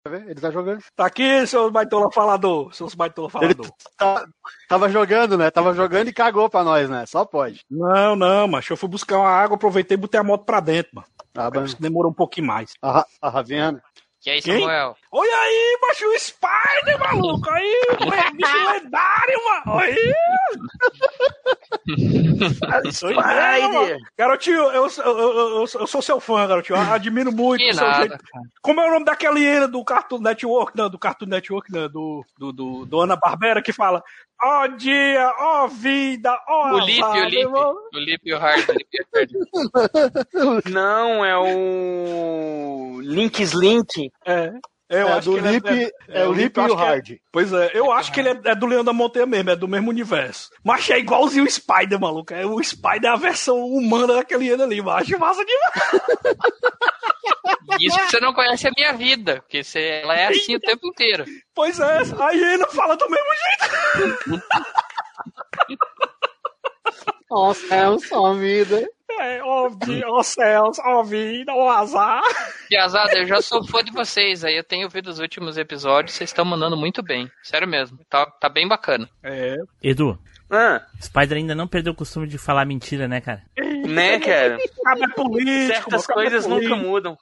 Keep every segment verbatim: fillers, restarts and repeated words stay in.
Ele tá jogando. Tá aqui, seus baitola falador. Seus baitola falador. Ele tá, tava jogando, né? Tava jogando e cagou pra nós, né? Só pode. Não, não, macho. Eu fui buscar uma água, aproveitei e botei a moto pra dentro, mano. Ah, Isso demorou um pouquinho mais. A, a Raviana. E aí, Samuel? Olha aí, macho, o Spider, maluco. Aí, o bicho lendário, mano. Aí. Spider. Garotinho, eu, eu, eu, eu sou seu fã, garotinho. Eu admiro muito que o seu nada, jeito. cara. Como é o nome daquela hiena do Cartoon Network? Não, do Cartoon Network, não, do, do, do, do Ana Barbera que fala: ó dia, ó vida, ó O Lip, o Lip. O Lip e o Hard. Não, é o Link's Link. É. Eu é acho do que Lip, é, é, é o Lip e o Hard. É, pois é, eu acho que ele é, é do Leão da Montanha mesmo, é do mesmo universo. Mas é igualzinho o Spider, maluco. É, o Spider é a versão humana daquele hiena ali, mas acho massa demais. Isso que você não conhece a minha vida, porque você, ela é assim o tempo inteiro. Pois é, a hiena fala do mesmo jeito. Ó céus, ó vida. É, ó, ó céus, ó vida, ó azar. Piazada, eu já sou fã de vocês, aí eu tenho ouvido os últimos episódios, vocês estão mandando muito bem, sério mesmo, tá, tá bem bacana. É. Edu, ah. Spider ainda não perdeu o costume de falar mentira, né, cara? Né, cara? Cabe político, certas coisas nunca mudam.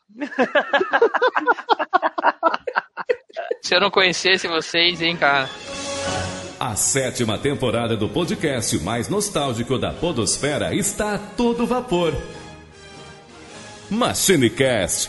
Se eu não conhecesse vocês, hein, cara. A sétima temporada do podcast mais nostálgico da podosfera está a todo vapor. MachineCast.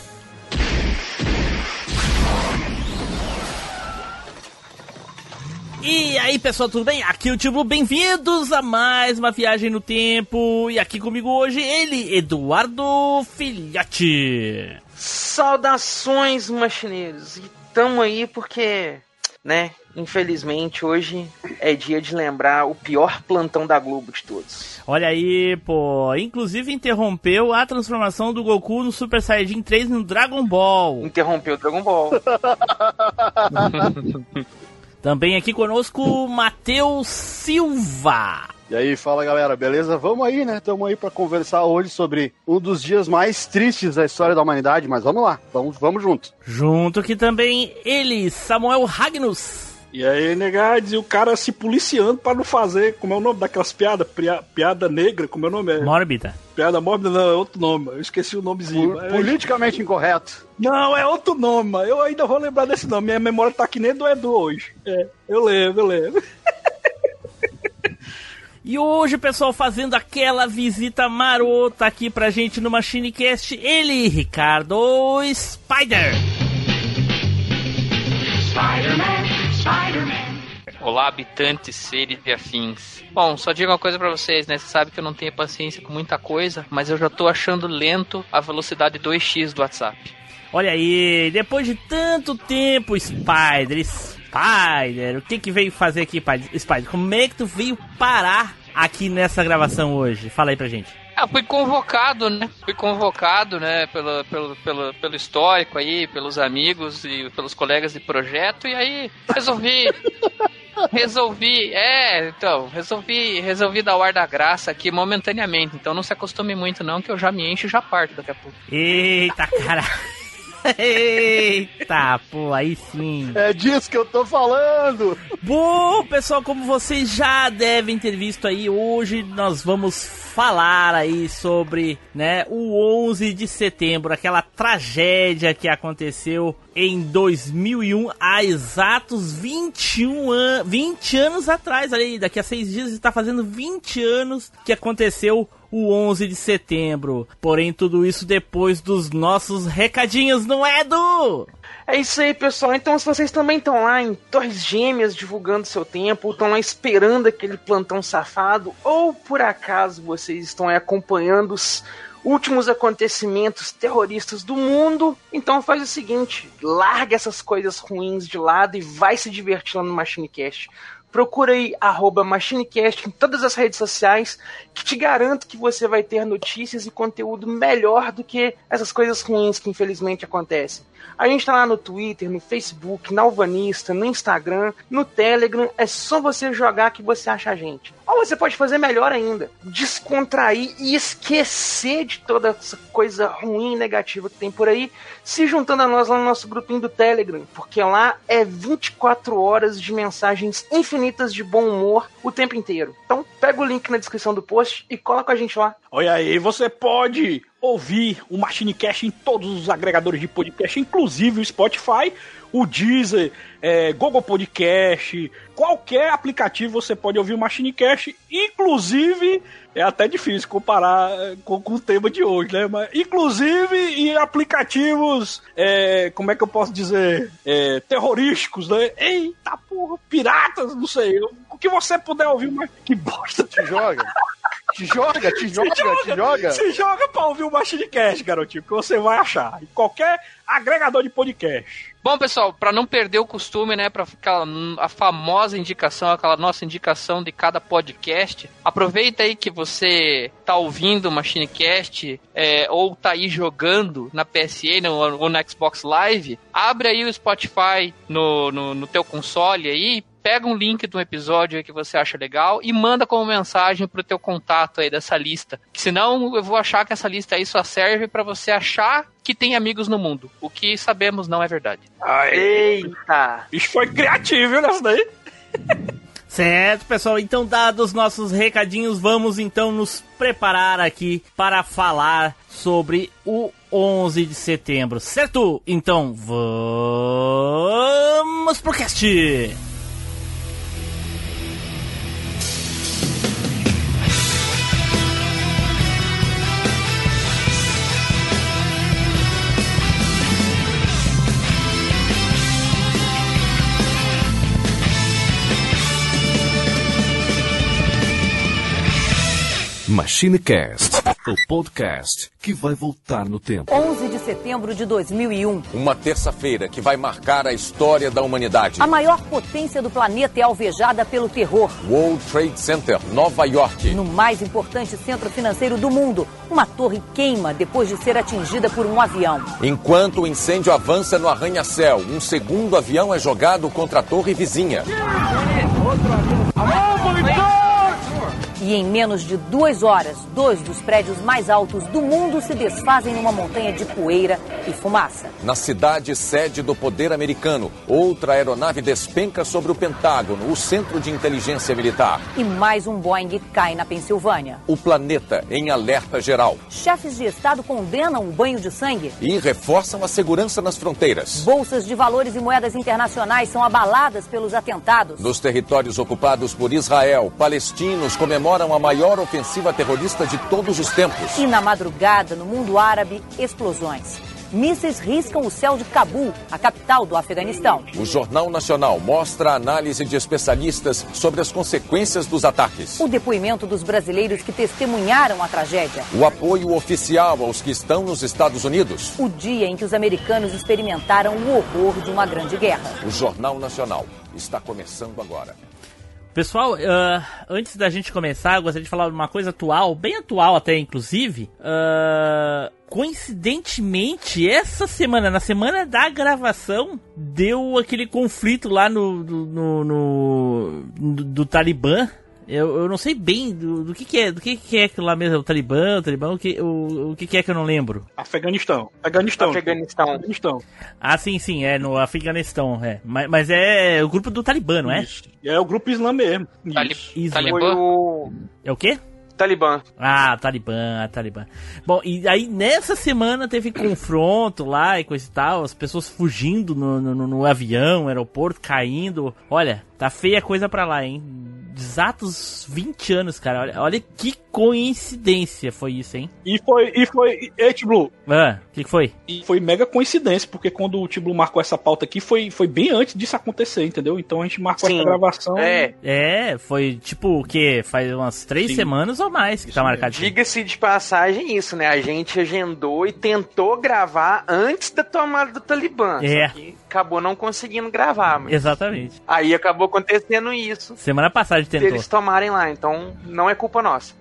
E aí, pessoal, tudo bem? Aqui é o Tio Blue, bem-vindos a mais uma viagem no tempo. E aqui comigo hoje, ele, Eduardo Filhote. Saudações, machineiros. E tamo aí porque, né, infelizmente hoje é dia de lembrar o pior plantão da Globo de todos. Olha aí, pô, inclusive interrompeu a transformação do Goku no Super Saiyajin três no Dragon Ball. Interrompeu o Dragon Ball. Também aqui conosco, Matheus Silva. E aí, fala galera, beleza? Vamos aí, né? Estamos aí para conversar hoje sobre um dos dias mais tristes da história da humanidade, mas vamos lá, vamos, vamos junto. Junto aqui também ele, Samuel Ragnus. E aí, negades, e o cara se policiando pra não fazer, como é o nome daquelas piadas? Pia, piada negra, como é o nome? É? Mórbida. Piada mórbida, não, é outro nome, eu esqueci o nomezinho. Por, politicamente incorreto. Não, é outro nome, mano. Eu ainda vou lembrar desse nome, minha memória tá que nem do Edu hoje. É, eu lembro, eu lembro. E hoje, pessoal, fazendo aquela visita marota aqui pra gente no MachineCast, ele, Ricardo Spider. Spider-Man, Spider-Man. Olá, habitantes, seres e afins. Bom, só digo uma coisa pra vocês, né? Você sabe que eu não tenho paciência com muita coisa, mas eu já tô achando lento a velocidade dois x do WhatsApp. Olha aí, depois de tanto tempo, Spider, Spider, o que que veio fazer aqui, Spider? Como é que tu veio parar aqui nessa gravação hoje? Fala aí pra gente. Ah, fui convocado, né? Fui convocado, né? Pelo, pelo, pelo, pelo histórico aí, pelos amigos e pelos colegas de projeto, e aí resolvi... Resolvi, é, então, resolvi, resolvi dar o ar da graça aqui momentaneamente, então não se acostume muito não, que eu já me encho e já parto daqui a pouco. Eita, cara. Eita, pô, aí sim. É disso que eu tô falando. Bom, pessoal, como vocês já devem ter visto aí, hoje nós vamos falar aí sobre, né, o onze de setembro, aquela tragédia que aconteceu em dois mil e um, há exatos vinte e um an- vinte anos atrás, ali, daqui a seis dias está fazendo vinte anos que aconteceu o onze de setembro. Porém, tudo isso depois dos nossos recadinhos, não é, Edu? É isso aí, pessoal. Então, se vocês também estão lá em Torres Gêmeas divulgando seu tempo, ou estão lá esperando aquele plantão safado, ou por acaso vocês estão aí acompanhando os últimos acontecimentos terroristas do mundo, então faz o seguinte, larga essas coisas ruins de lado e vai se divertir lá no MachineCast. procura aí arroba MachineCast em todas as redes sociais, que te garanto que você vai ter notícias e conteúdo melhor do que essas coisas ruins que infelizmente acontecem. A gente tá lá no Twitter, no Facebook, na Alvanista, no Instagram, no Telegram. É só você jogar que você acha a gente. Ou você pode fazer melhor ainda, descontrair e esquecer de toda essa coisa ruim e negativa que tem por aí, se juntando a nós lá no nosso grupinho do Telegram, porque lá é vinte e quatro horas de mensagens infinitas de bom humor o tempo inteiro. Então pega o link na descrição do post e cola com a gente lá. Olha aí, você pode ouvir o MachineCast em todos os agregadores de podcast, inclusive o Spotify, o Deezer, é, Google Podcast, qualquer aplicativo você pode ouvir o MachineCast, inclusive, é até difícil comparar com, com o tema de hoje, né? Mas, inclusive em aplicativos, é, como é que eu posso dizer, é, terrorísticos, né? Eita porra, piratas, não sei, o que você puder ouvir, mas que bosta. Te joga. Te joga, te joga, te joga. Te joga. Se joga pra ouvir o MachineCast, garotinho, que você vai achar em qualquer agregador de podcast. Bom, pessoal, para não perder o costume, né, para ficar a famosa indicação, aquela nossa indicação de cada podcast, aproveita aí que você tá ouvindo o MachineCast é, ou tá aí jogando na P S N ou, ou no Xbox Live, abre aí o Spotify no, no, no teu console aí, pega um link de um episódio aí que você acha legal e manda como mensagem pro teu contato aí dessa lista. Que senão eu vou achar que essa lista aí só serve para você achar que tem amigos no mundo. O que sabemos não é verdade. Ai, eita! Isso foi criativo, né? Isso daí? Certo, pessoal. Então, dados os nossos recadinhos, vamos então nos preparar aqui para falar sobre o onze de setembro, certo? Então, vamos pro cast! MachineCast, o podcast que vai voltar no tempo. onze de setembro de dois mil e um. Uma terça-feira que vai marcar a história da humanidade. A maior potência do planeta é alvejada pelo terror. World Trade Center, Nova York. No mais importante centro financeiro do mundo, uma torre queima depois de ser atingida por um avião. Enquanto o incêndio avança no arranha-céu, um segundo avião é jogado contra a torre vizinha. E em menos de duas horas, dois dos prédios mais altos do mundo se desfazem numa montanha de poeira e fumaça. Na cidade sede do poder americano, outra aeronave despenca sobre o Pentágono, o centro de inteligência militar. E mais um Boeing cai na Pensilvânia. O planeta em alerta geral. Chefes de Estado condenam o banho de sangue. E reforçam a segurança nas fronteiras. Bolsas de valores e moedas internacionais são abaladas pelos atentados. Nos territórios ocupados por Israel, palestinos comemoram a maior ofensiva terrorista de todos os tempos. E na madrugada, no mundo árabe, explosões. Mísseis riscam o céu de Cabul, a capital do Afeganistão. O Jornal Nacional mostra a análise de especialistas sobre as consequências dos ataques. O depoimento dos brasileiros que testemunharam a tragédia. O apoio oficial aos que estão nos Estados Unidos. O dia em que os americanos experimentaram o horror de uma grande guerra. O Jornal Nacional está começando agora. Pessoal, uh, antes da gente começar, eu gostaria de falar de uma coisa atual, bem atual até, inclusive. Uh, coincidentemente, essa semana, na semana da gravação, deu aquele conflito lá no, no, no, no do, do Talibã. Eu, eu não sei bem do, do que, que é, do que, que é aquilo lá mesmo, o Talibã, o Talibã, o que, o, o que, que é que eu não lembro? Afeganistão. Afeganistão. Afeganistão. Afeganistão. Ah, sim, sim, é no Afeganistão, é. Mas, mas é o grupo do Talibã, não é? Isso. É o grupo Islã mesmo. Talib- Islã. Talibã. Foi o É o quê? Talibã. Ah, Talibã, Talibã. Bom, e aí nessa semana teve confronto lá e coisa e tal, as pessoas fugindo no, no, no avião, aeroporto caindo. Olha, tá feia a coisa pra lá, hein? Exatos vinte anos, cara. Olha, olha que coincidência foi isso, hein? E foi, e foi, e T-Blue. Ah, o que, que foi? E foi mega coincidência, porque quando o T-Blue marcou essa pauta aqui, foi, foi bem antes disso acontecer, entendeu? Então a gente marcou Sim. essa gravação. É. É, foi tipo o quê? Faz umas três Sim. semanas ou mais que Isso tá mesmo. marcado. Diga-se de passagem isso, né? A gente agendou e tentou gravar antes da tomada do Talibã. É. Só que acabou não conseguindo gravar. Mas Exatamente. aí acabou acontecendo isso. Semana passada a gente tentou. Eles tomarem lá, então não é culpa nossa.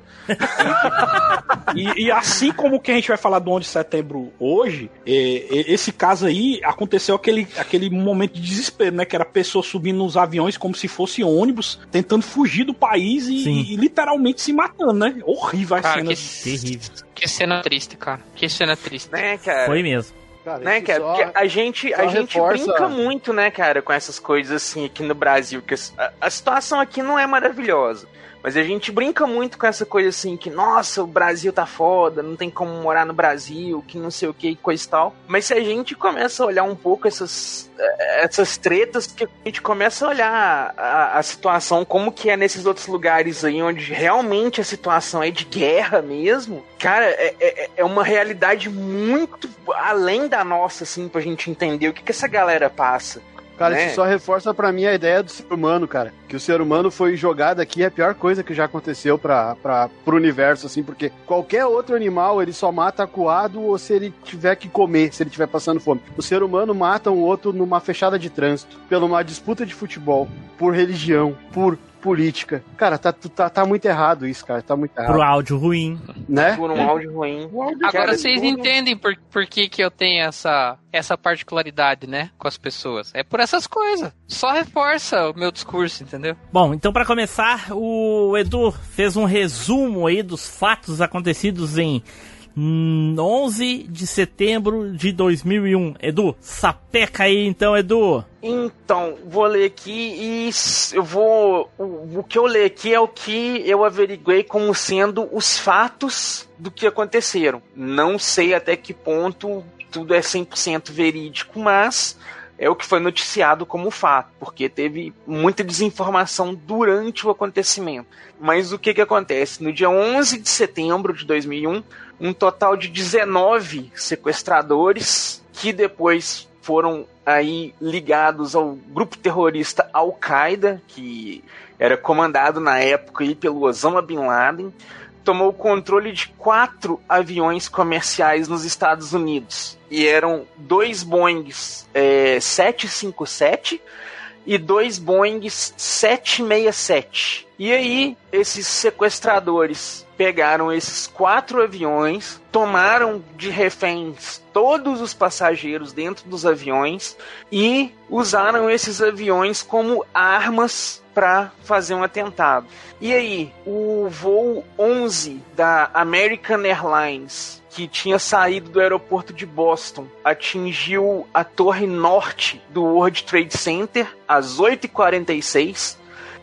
E, e assim como que a gente vai falar do onze de setembro hoje, é, é, esse caso aí aconteceu aquele, aquele momento de desespero, né? Que era a pessoa subindo nos aviões como se fosse ônibus, tentando fugir do país e, e, e literalmente se matando, né? Horrível a Cara, cena. que, Terrível. que cena triste, cara. Que cena triste. Né, cara? Foi mesmo. Cara, Né, isso cara? só- Porque a gente, a só gente reforça- brinca muito, né, cara, com essas coisas assim aqui no Brasil. Que a, a situação aqui não é maravilhosa. Mas a gente brinca muito com essa coisa assim, que, nossa, o Brasil tá foda, não tem como morar no Brasil, que não sei o que, coisa e tal. Mas se a gente começa a olhar um pouco essas, essas tretas, que a gente começa a olhar a, a situação, como que é nesses outros lugares aí, onde realmente a situação é de guerra mesmo, cara, é, é, é uma realidade muito além da nossa, assim, pra gente entender o que, que essa galera passa. Cara, né? isso só reforça pra mim a ideia do ser humano, cara. Que o ser humano foi jogado aqui, é a pior coisa que já aconteceu pra, pra, pro universo, assim, porque qualquer outro animal, ele só mata acuado ou se ele tiver que comer, se ele estiver passando fome. O ser humano mata um outro numa fechada de trânsito, por uma disputa de futebol, por religião, por política. Cara, tá, tá, tá muito errado isso, cara, tá muito errado. Pro áudio ruim. Né? Por um áudio ruim. Agora Cara, vocês tudo- entendem por, por que, que eu tenho essa, essa particularidade, né? Com as pessoas. É por essas coisas. Só reforça o meu discurso, entendeu? Bom, então pra começar, o Edu fez um resumo aí dos fatos acontecidos em hum, onze de setembro de dois mil e um. Edu, sapeca aí então, Edu. Então, vou ler aqui e s- eu vou. O, o que eu ler aqui é o que eu averiguei como sendo os fatos do que aconteceram. Não sei até que ponto tudo é cem por cento verídico, mas é o que foi noticiado como fato, porque teve muita desinformação durante o acontecimento. Mas o que que acontece? No dia onze de setembro de dois mil e um, um total de dezenove sequestradores que depois foram aí ligados ao grupo terrorista Al-Qaeda, que era comandado na época aí pelo Osama Bin Laden, tomou o controle de quatro aviões comerciais nos Estados Unidos. E eram dois Boeings é, sete cinco sete e dois Boeings sete seis sete. E aí, esses sequestradores pegaram esses quatro aviões, tomaram de reféns todos os passageiros dentro dos aviões e usaram esses aviões como armas para fazer um atentado. E aí, o voo onze da American Airlines, que tinha saído do aeroporto de Boston, atingiu a torre norte do World Trade Center às oito e quarenta e seis,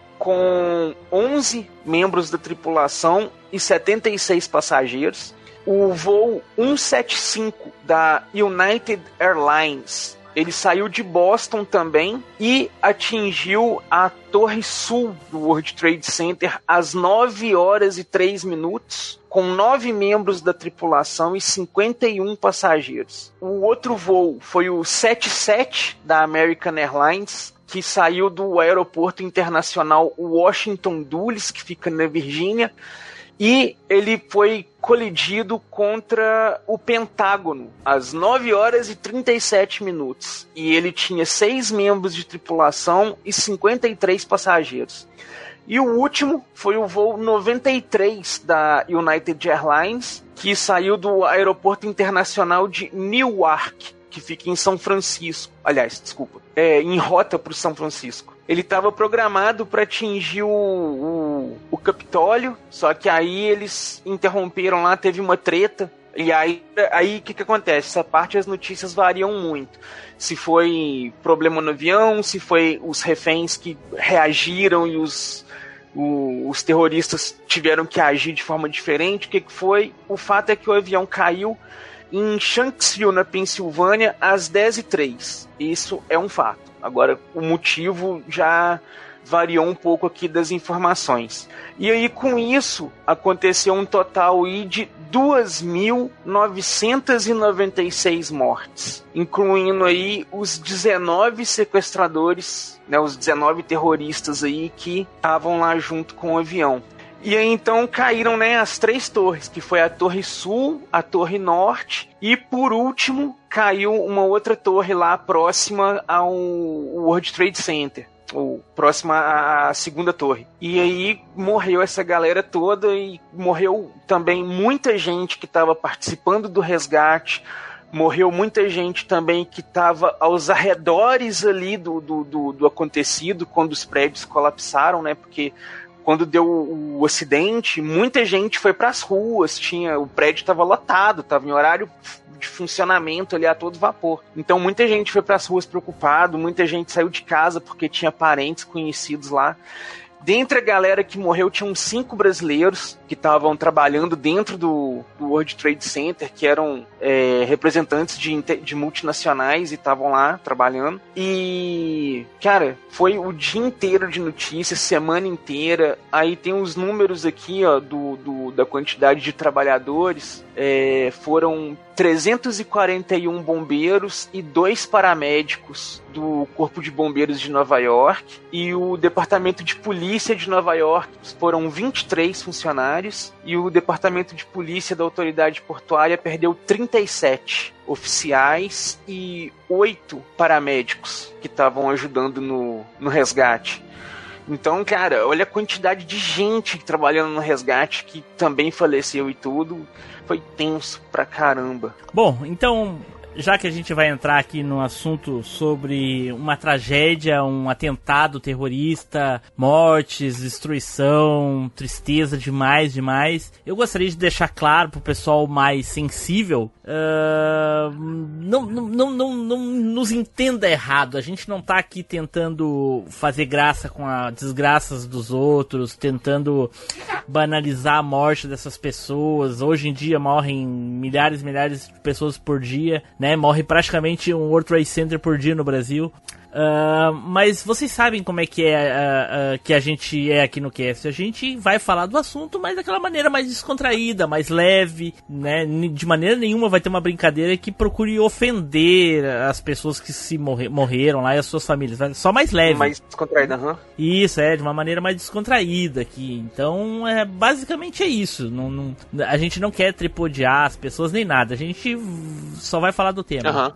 com onze membros da tripulação e setenta e seis passageiros. O voo cento e setenta e cinco da United Airlines, ele saiu de Boston também e atingiu a torre sul do World Trade Center às nove horas e três minutos, com nove membros da tripulação e cinquenta e um passageiros. O outro voo foi o setenta e sete da American Airlines, que saiu do aeroporto internacional Washington Dulles, que fica na Virgínia, e ele foi colidido contra o Pentágono às nove horas e trinta e sete minutos. E ele tinha seis membros de tripulação e cinquenta e três passageiros. E o último foi o voo noventa e três da United Airlines, que saiu do aeroporto internacional de Newark, que fica em São Francisco. Aliás, desculpa, é, em rota para o São Francisco. Ele estava programado para atingir o, o, o Capitólio, só que aí eles interromperam lá, teve uma treta. E aí, aí o que, que acontece? Essa parte as notícias variam muito. Se foi problema no avião, se foi os reféns que reagiram e os, o, os terroristas tiveram que agir de forma diferente. O que, que foi? O fato é que o avião caiu em Shanksville, na Pensilvânia, às dez e três. Isso é um fato. Agora, o motivo já variou um pouco aqui das informações. E aí, com isso, aconteceu um total aí de duas mil novecentas e noventa e seis mortes, incluindo aí os dezenove sequestradores, né, os dezenove terroristas aí que estavam lá junto com o avião. E aí, então, caíram, né, as três torres, que foi a Torre Sul, a Torre Norte e, por último, caiu uma outra torre lá próxima ao World Trade Center, ou próxima à segunda torre. E aí morreu essa galera toda e morreu também muita gente que estava participando do resgate, morreu muita gente também que estava aos arredores ali do, do, do, do acontecido, quando os prédios colapsaram, né, porque quando deu o acidente, muita gente foi para as ruas, tinha, o prédio estava lotado, estava em horário de funcionamento ali a todo vapor. Então muita gente foi para as ruas preocupado, muita gente saiu de casa porque tinha parentes conhecidos lá. Dentre a galera que morreu, tinham cinco brasileiros que estavam trabalhando dentro do, do World Trade Center, que eram é, representantes de, de multinacionais e estavam lá trabalhando. E, cara, foi o dia inteiro de notícias, semana inteira. Aí tem os números aqui, ó, do, do, da quantidade de trabalhadores. É, foram trezentos e quarenta e um bombeiros e dois paramédicos do Corpo de Bombeiros de Nova York, e o Departamento de Polícia de Nova York foram vinte e três funcionários, e o Departamento de Polícia da Autoridade Portuária perdeu trinta e sete oficiais e oito paramédicos que estavam ajudando no, no resgate. Então, cara, olha a quantidade de gente trabalhando no resgate que também faleceu e tudo. Foi tenso pra caramba. Bom, então, já que a gente vai entrar aqui no assunto sobre uma tragédia, um atentado terrorista, mortes, destruição, tristeza demais, demais, eu gostaria de deixar claro pro pessoal mais sensível, uh, não, não, não, não, não nos entenda errado, a gente não tá aqui tentando fazer graça com as desgraças dos outros, tentando banalizar a morte dessas pessoas. Hoje em dia morrem milhares e milhares de pessoas por dia, né? Morre praticamente um World Trade Center por dia no Brasil. Uh, mas vocês sabem como é que é uh, uh, que a gente é aqui no cast. A gente vai falar do assunto, mas daquela maneira mais descontraída, mais leve, né? De maneira nenhuma vai ter uma brincadeira que procure ofender as pessoas que se morre, morreram lá e as suas famílias. Só mais leve. Mais descontraída, aham. Uhum. Isso, é, de uma maneira mais descontraída aqui. Então, é, basicamente é isso. Não, não, a gente não quer tripudiar as pessoas nem nada. A gente só vai falar do tema. Aham. Uhum.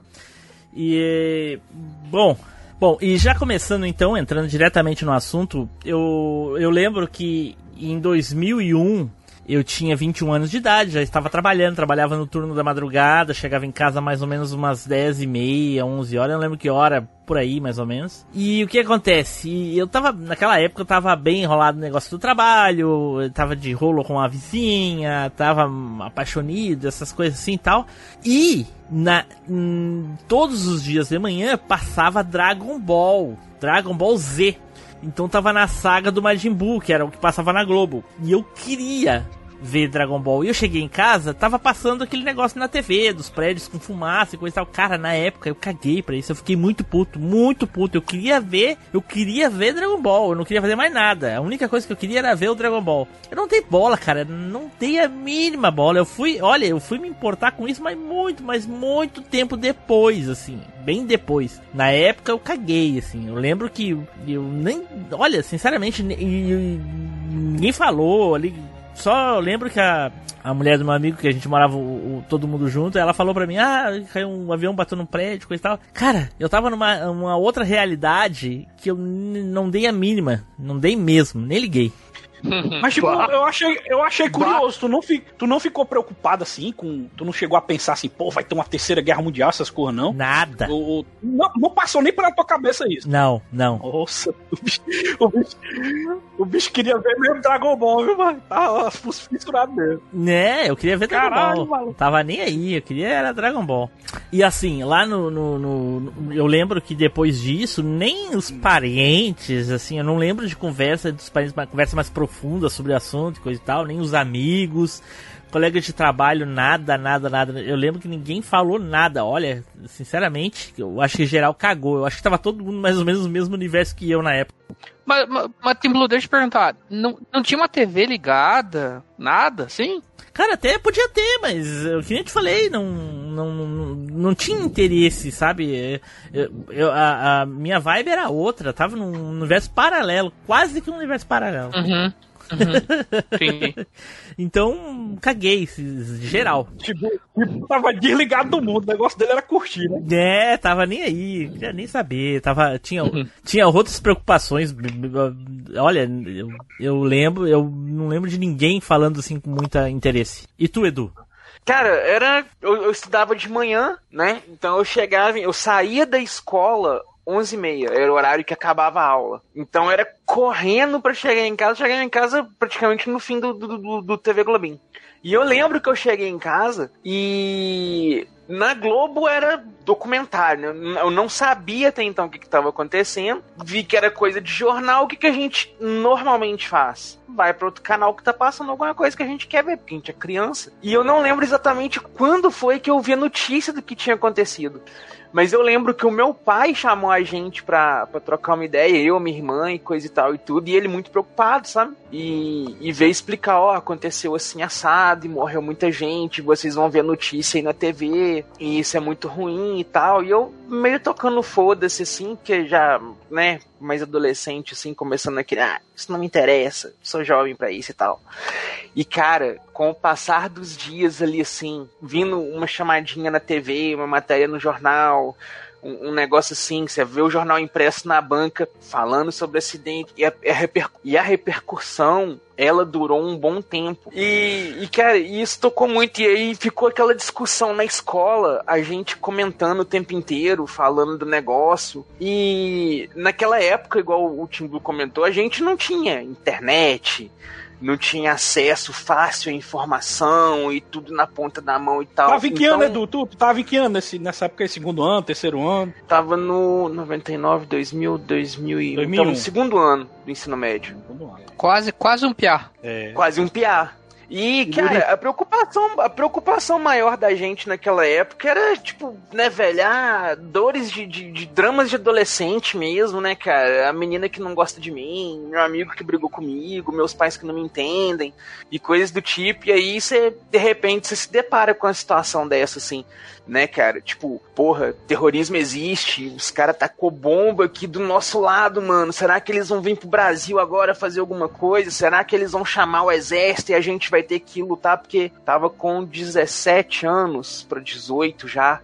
E, bom... Bom, e já começando então, entrando diretamente no assunto, eu, eu lembro que em dois mil e um eu tinha vinte e um anos de idade, já estava trabalhando, trabalhava no turno da madrugada, chegava em casa mais ou menos umas dez e meia, onze horas, eu não lembro que hora, por aí mais ou menos. E o que acontece? Eu tava, naquela época eu tava bem enrolado no negócio do trabalho, eu tava de rolo com a vizinha, tava apaixonado, essas coisas assim e tal. E na, hum, todos os dias de manhã passava Dragon Ball, Dragon Ball Z. Então tava na saga do Majin Buu, que era o que passava na Globo. E eu queria ver Dragon Ball. E eu cheguei em casa, tava passando aquele negócio na T V, dos prédios com fumaça e coisa e tal. Cara, na época eu caguei pra isso, eu fiquei muito puto, muito puto. Eu queria ver, eu queria ver Dragon Ball, eu não queria fazer mais nada. A única coisa que eu queria era ver o Dragon Ball. Eu não dei bola, cara, não dei a mínima bola. Eu fui, olha, eu fui me importar com isso, mas muito, mas muito tempo depois, assim, bem depois. Na época eu caguei, assim, eu lembro que eu nem, olha, sinceramente, ninguém falou ali. Só lembro que a, a mulher do meu amigo, que a gente morava o, o, todo mundo junto, ela falou pra mim, ah, caiu um avião, bateu num prédio, coisa e tal. Cara, eu tava numa uma outra realidade que eu n- não dei a mínima, não dei mesmo, nem liguei. Mas, tipo, eu achei, eu achei curioso. Tu não, fi, tu não ficou preocupado assim com. Tu não chegou a pensar assim, pô, vai ter uma terceira guerra mundial, essas coisas, não? Nada. Ou, não, não passou nem pela tua cabeça isso. Não, não. Nossa, o bicho, o bicho, o bicho queria ver mesmo Dragon Ball, viu, mano? Tava fissurado mesmo. Né, eu queria ver Dragon Caralho, Ball. Mano. Tava nem aí, eu queria era Dragon Ball. E assim, lá no, no, no, no. Eu lembro que depois disso, nem os parentes, assim, eu não lembro de conversa dos parentes, uma conversa mais profunda sobre o assunto, coisa e tal, nem os amigos. colega de trabalho, nada, nada, nada. Eu lembro que ninguém falou nada. Olha, sinceramente, eu acho que geral cagou. Eu acho que tava todo mundo mais ou menos no mesmo universo que eu na época. Mas, mas, mas Tim Blue, deixa eu te perguntar, não, não tinha uma T V ligada? Nada, sim? Cara, até podia ter, mas o que eu te falei, não, não, não, não tinha interesse, sabe? Eu, eu, a, a minha vibe era outra, tava num universo paralelo, quase que um universo paralelo. Uhum. Uhum. Então, caguei, geral. Tipo, tava desligado do mundo, o negócio dele era curtir, né? É, tava nem aí, queria nem saber. Tava, tinha, uhum. tinha outras preocupações. Olha, eu, eu lembro, eu não lembro de ninguém falando assim com muito interesse. E tu, Edu? Cara, era. Eu, eu estudava de manhã, né? Então eu chegava, eu saía da escola onze e meia, era o horário que acabava a aula. Então era correndo pra chegar em casa, chegar em casa praticamente no fim do, do, do, do T V Globinho. E eu lembro que eu cheguei em casa e na Globo era documentário, né? Eu não sabia até então o que estava acontecendo, vi que era coisa de jornal, o que, que a gente normalmente faz? Vai para outro canal que tá passando alguma coisa que a gente quer ver, porque a gente é criança. E eu não lembro exatamente quando foi que eu vi a notícia do que tinha acontecido. Mas eu lembro que o meu pai chamou a gente pra, pra trocar uma ideia, eu, minha irmã e coisa e tal e tudo, e ele muito preocupado, sabe? E, e veio explicar, ó, aconteceu assim assado, e morreu muita gente, vocês vão ver a notícia aí na T V, e isso é muito ruim e tal. E eu meio tocando foda-se, assim, porque já, né, mais adolescente, assim, começando a querer, ah, isso não me interessa, sou jovem pra isso e tal. E, cara, com o passar dos dias ali, assim, vindo uma chamadinha na T V, uma matéria no jornal, um, um negócio assim, você vê o jornal impresso na banca falando sobre o acidente, e a, a, reper, e a repercussão, ela durou um bom tempo. E, e, cara, isso tocou muito, e aí ficou aquela discussão na escola, a gente comentando o tempo inteiro, falando do negócio, e naquela época, igual o Tim Blue comentou, a gente não tinha internet, não tinha acesso fácil à informação e tudo na ponta da mão e tal. Tava em que então, ano, Edu? Tu, tu tava em que ano nesse, nessa época? Segundo ano, terceiro ano? Tava no noventa e nove, dois mil, dois mil e um. dois mil e um. Então, no segundo ano do ensino médio. Quase, quase um piá. É. Quase um piá. E, cara, a preocupação, a preocupação maior da gente naquela época era, tipo, né, velho, ah, dores de, de, de dramas de adolescente mesmo, né, cara? A menina que não gosta de mim, meu amigo que brigou comigo, meus pais que não me entendem, e coisas do tipo. E aí, você, de repente, você se depara com uma situação dessa, assim, né, cara? Tipo, porra, terrorismo existe, os caras tacou bomba aqui do nosso lado, mano. Será que eles vão vir pro Brasil agora fazer alguma coisa? Será que eles vão chamar o exército e a gente vai ter que lutar? Porque tava com dezessete anos pra dezoito já.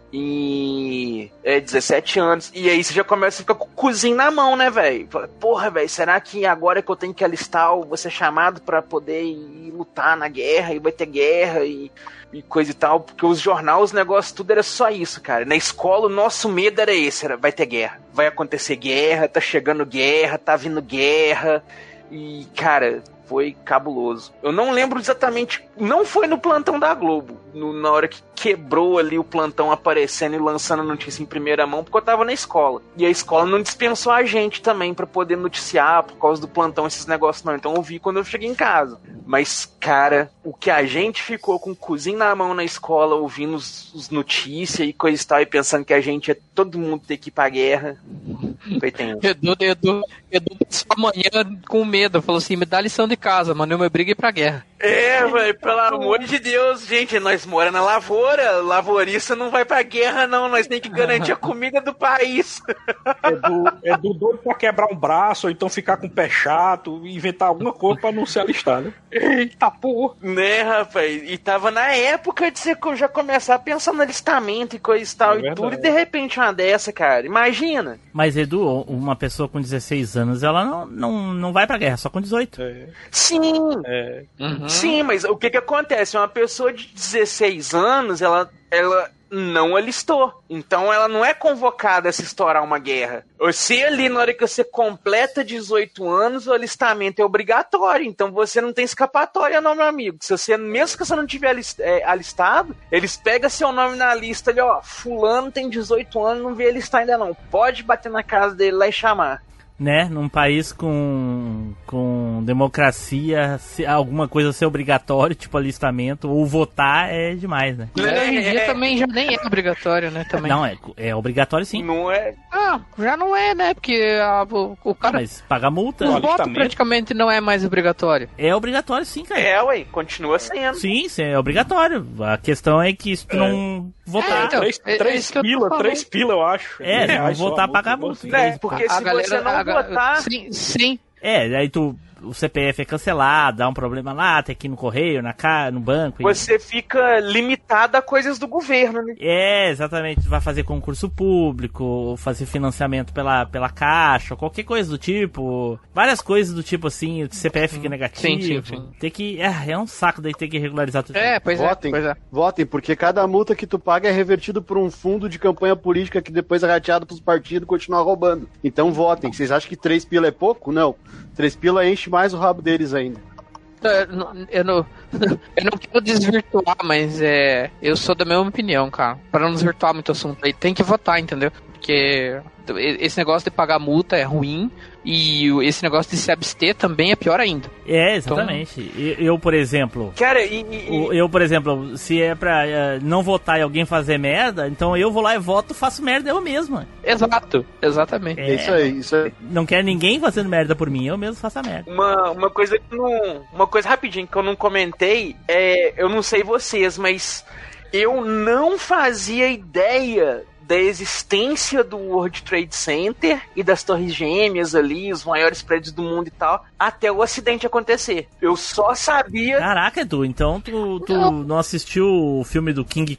E... é, dezessete anos. E aí você já começa a ficar com o cozinho na mão, né, velho? Porra, velho, será que agora que eu tenho que alistar, eu vou ser chamado pra poder ir lutar na guerra? E vai ter guerra e... e coisa e tal, porque os jornais, os negócios, tudo era só isso, cara. Na escola, o nosso medo era esse, era, vai ter guerra, vai acontecer guerra, tá chegando guerra, tá vindo guerra, e, cara, foi cabuloso. Eu não lembro exatamente, não foi no plantão da Globo, no, na hora que quebrou ali o plantão aparecendo e lançando a notícia em primeira mão, porque eu tava na escola. E a escola não dispensou a gente também pra poder noticiar por causa do plantão, esses negócios não. Então eu vi quando eu cheguei em casa. Mas, cara, o que a gente ficou com o cozinho na mão na escola, ouvindo os, os notícias e coisa e tal, e pensando que a gente ia todo mundo ter que ir pra guerra, foi tenso. Edu, Edu, Edu passou amanhã com medo, falou assim, me dá lição de casa, mano, eu me brigue pra guerra. É, velho, pelo amor de Deus, gente, nós moramos na lavoura, lavorista não vai pra guerra não, nós tem que garantir a comida do país. Edu, Edu doido pra quebrar um braço, ou então ficar com o pé chato, inventar alguma coisa pra não se alistar, né? Eita porra! Né, rapaz, e tava na época de você já começar a pensar no alistamento e coisa e tal, é e tudo, e de repente uma dessa, cara, imagina. Mas, Edu, uma pessoa com dezesseis anos, ela não, não, não vai pra guerra, só com dezoito. É. Sim! É. Uhum. Sim, mas o que que acontece? Uma pessoa de dezesseis anos, ela, ela não alistou. Então ela não é convocada a se estourar uma guerra. Você ali, na hora que você completa dezoito anos, o alistamento é obrigatório. Então você não tem escapatória não, meu amigo. Se você, mesmo que você não tiver alist, é, alistado, eles pegam seu nome na lista ali, ó, fulano tem dezoito anos, não veio alistar ainda não. Pode bater na casa dele lá e chamar. né, num país com, com democracia, se alguma coisa ser obrigatório, tipo alistamento, ou votar é demais, né? Hoje em dia também já nem é obrigatório, né? Também. Não, é, é obrigatório sim. Não é. Ah, já não é, né? Porque a, o, o cara. Ah, mas paga multa. O voto praticamente não é mais obrigatório. É obrigatório sim, cara. É, ué, continua sendo. Sim, sim, é obrigatório. A questão é que se tu não votar. É, então, três é- é três isso que eu tô pila, falando. três pila, eu acho. É, se não Reais só a votar, multa, paga a igual multa. assim. É, porque A se galera, você não a ga- votar. Sim, sim. É, aí tu. O C P F é cancelado, dá um problema lá, tem que ir no correio, na ca... no banco. e- Você fica limitado a coisas do governo, né? É, exatamente. Vai fazer concurso público, ou fazer financiamento pela, pela caixa, ou qualquer coisa do tipo. Várias coisas do tipo assim, o C P F fica negativo. Sim, sim, sim. Tem que. É, é um saco daí ter que regularizar tudo. É, pois Votem, é, pois é. votem, porque cada multa que tu paga é revertido por um fundo de campanha política que depois é rateado pros partidos continuar roubando. Então votem. Vocês acham que três pila é pouco? Não. Três pila enche mais o rabo deles ainda. Eu não, eu não, eu não quero desvirtuar, mas é, eu sou da mesma opinião, cara. Para não desvirtuar muito o assunto aí, tem que votar, entendeu? Porque esse negócio de pagar multa é ruim e esse negócio de se abster também é pior ainda. É, exatamente. Eu, eu, por exemplo. Cara, e. e- o- Eu, por exemplo, se é pra eh, não votar e alguém fazer merda, então eu vou lá e voto, faço merda eu mesmo. Exato, exatamente. É isso aí, isso aí. Não quero ninguém fazendo merda por mim, eu mesmo faço a merda. Uma, uma coisa que não. Uma coisa rapidinho que eu não comentei é. Eu não sei vocês, mas eu não fazia ideia da existência do World Trade Center e das Torres Gêmeas ali, os maiores prédios do mundo e tal, até o acidente acontecer. Eu só sabia. Caraca, Edu, então tu, tu não assistiu o filme do King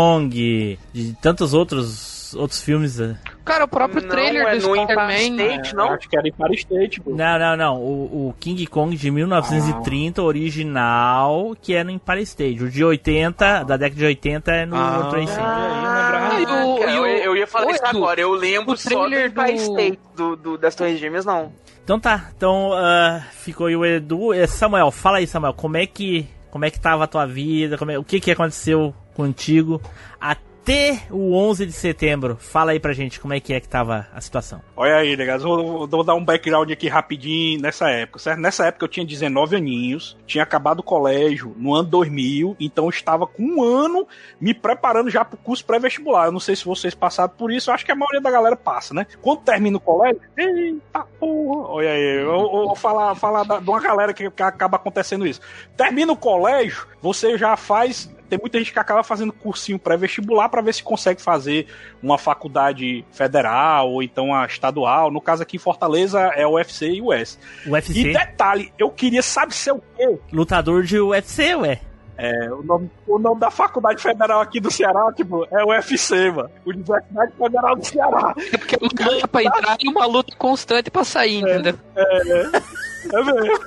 Kong, de tantos outros, outros filmes? né? Cara, o próprio Não, trailer é do no Empire Spider-Man. State, não? Acho que era Empire State, pô. Não, não, não. O, o King Kong de mil novecentos e trinta, original, que é no Empire State. O de oitenta, da década de oitenta, é no World Trade Center. Ah, E o- cara, e o- eu, eu ia falar o isso Edu, agora. Eu lembro o só do trailer Empire do- State, do, do- das Torres Gêmeas, não. Então tá, então ah, ficou aí o Edu. Eh, Samuel, fala aí, Samuel, como é que, como é que tava a tua vida? Como é- o que que aconteceu contigo até o onze de setembro? Fala aí pra gente como é que é que tava a situação. Olha aí, legal. Vou, vou dar um background aqui rapidinho nessa época, certo? Nessa época eu tinha dezenove aninhos, tinha acabado o colégio no ano dois mil, então eu estava com um ano me preparando já pro curso pré-vestibular. Eu não sei se vocês passaram por isso, eu acho que a maioria da galera passa, né? Quando termina o colégio, eita porra, olha aí, eu, eu vou falar, falar da, de uma galera que, que acaba acontecendo isso. Termina o colégio, você já faz... Tem muita gente que acaba fazendo cursinho pré-vestibular para ver se consegue fazer uma faculdade federal ou então a estadual. No caso aqui em Fortaleza é o U F C e o U S. O U F C, E detalhe, eu queria, sabe ser o quê? lutador de U F C, ué. É, o, nome, o nome da faculdade federal aqui do Ceará, tipo, é o U F C, mano. Universidade Federal do Ceará. É porque é uma luta pra entrar e uma luta constante pra sair, entendeu? É mesmo.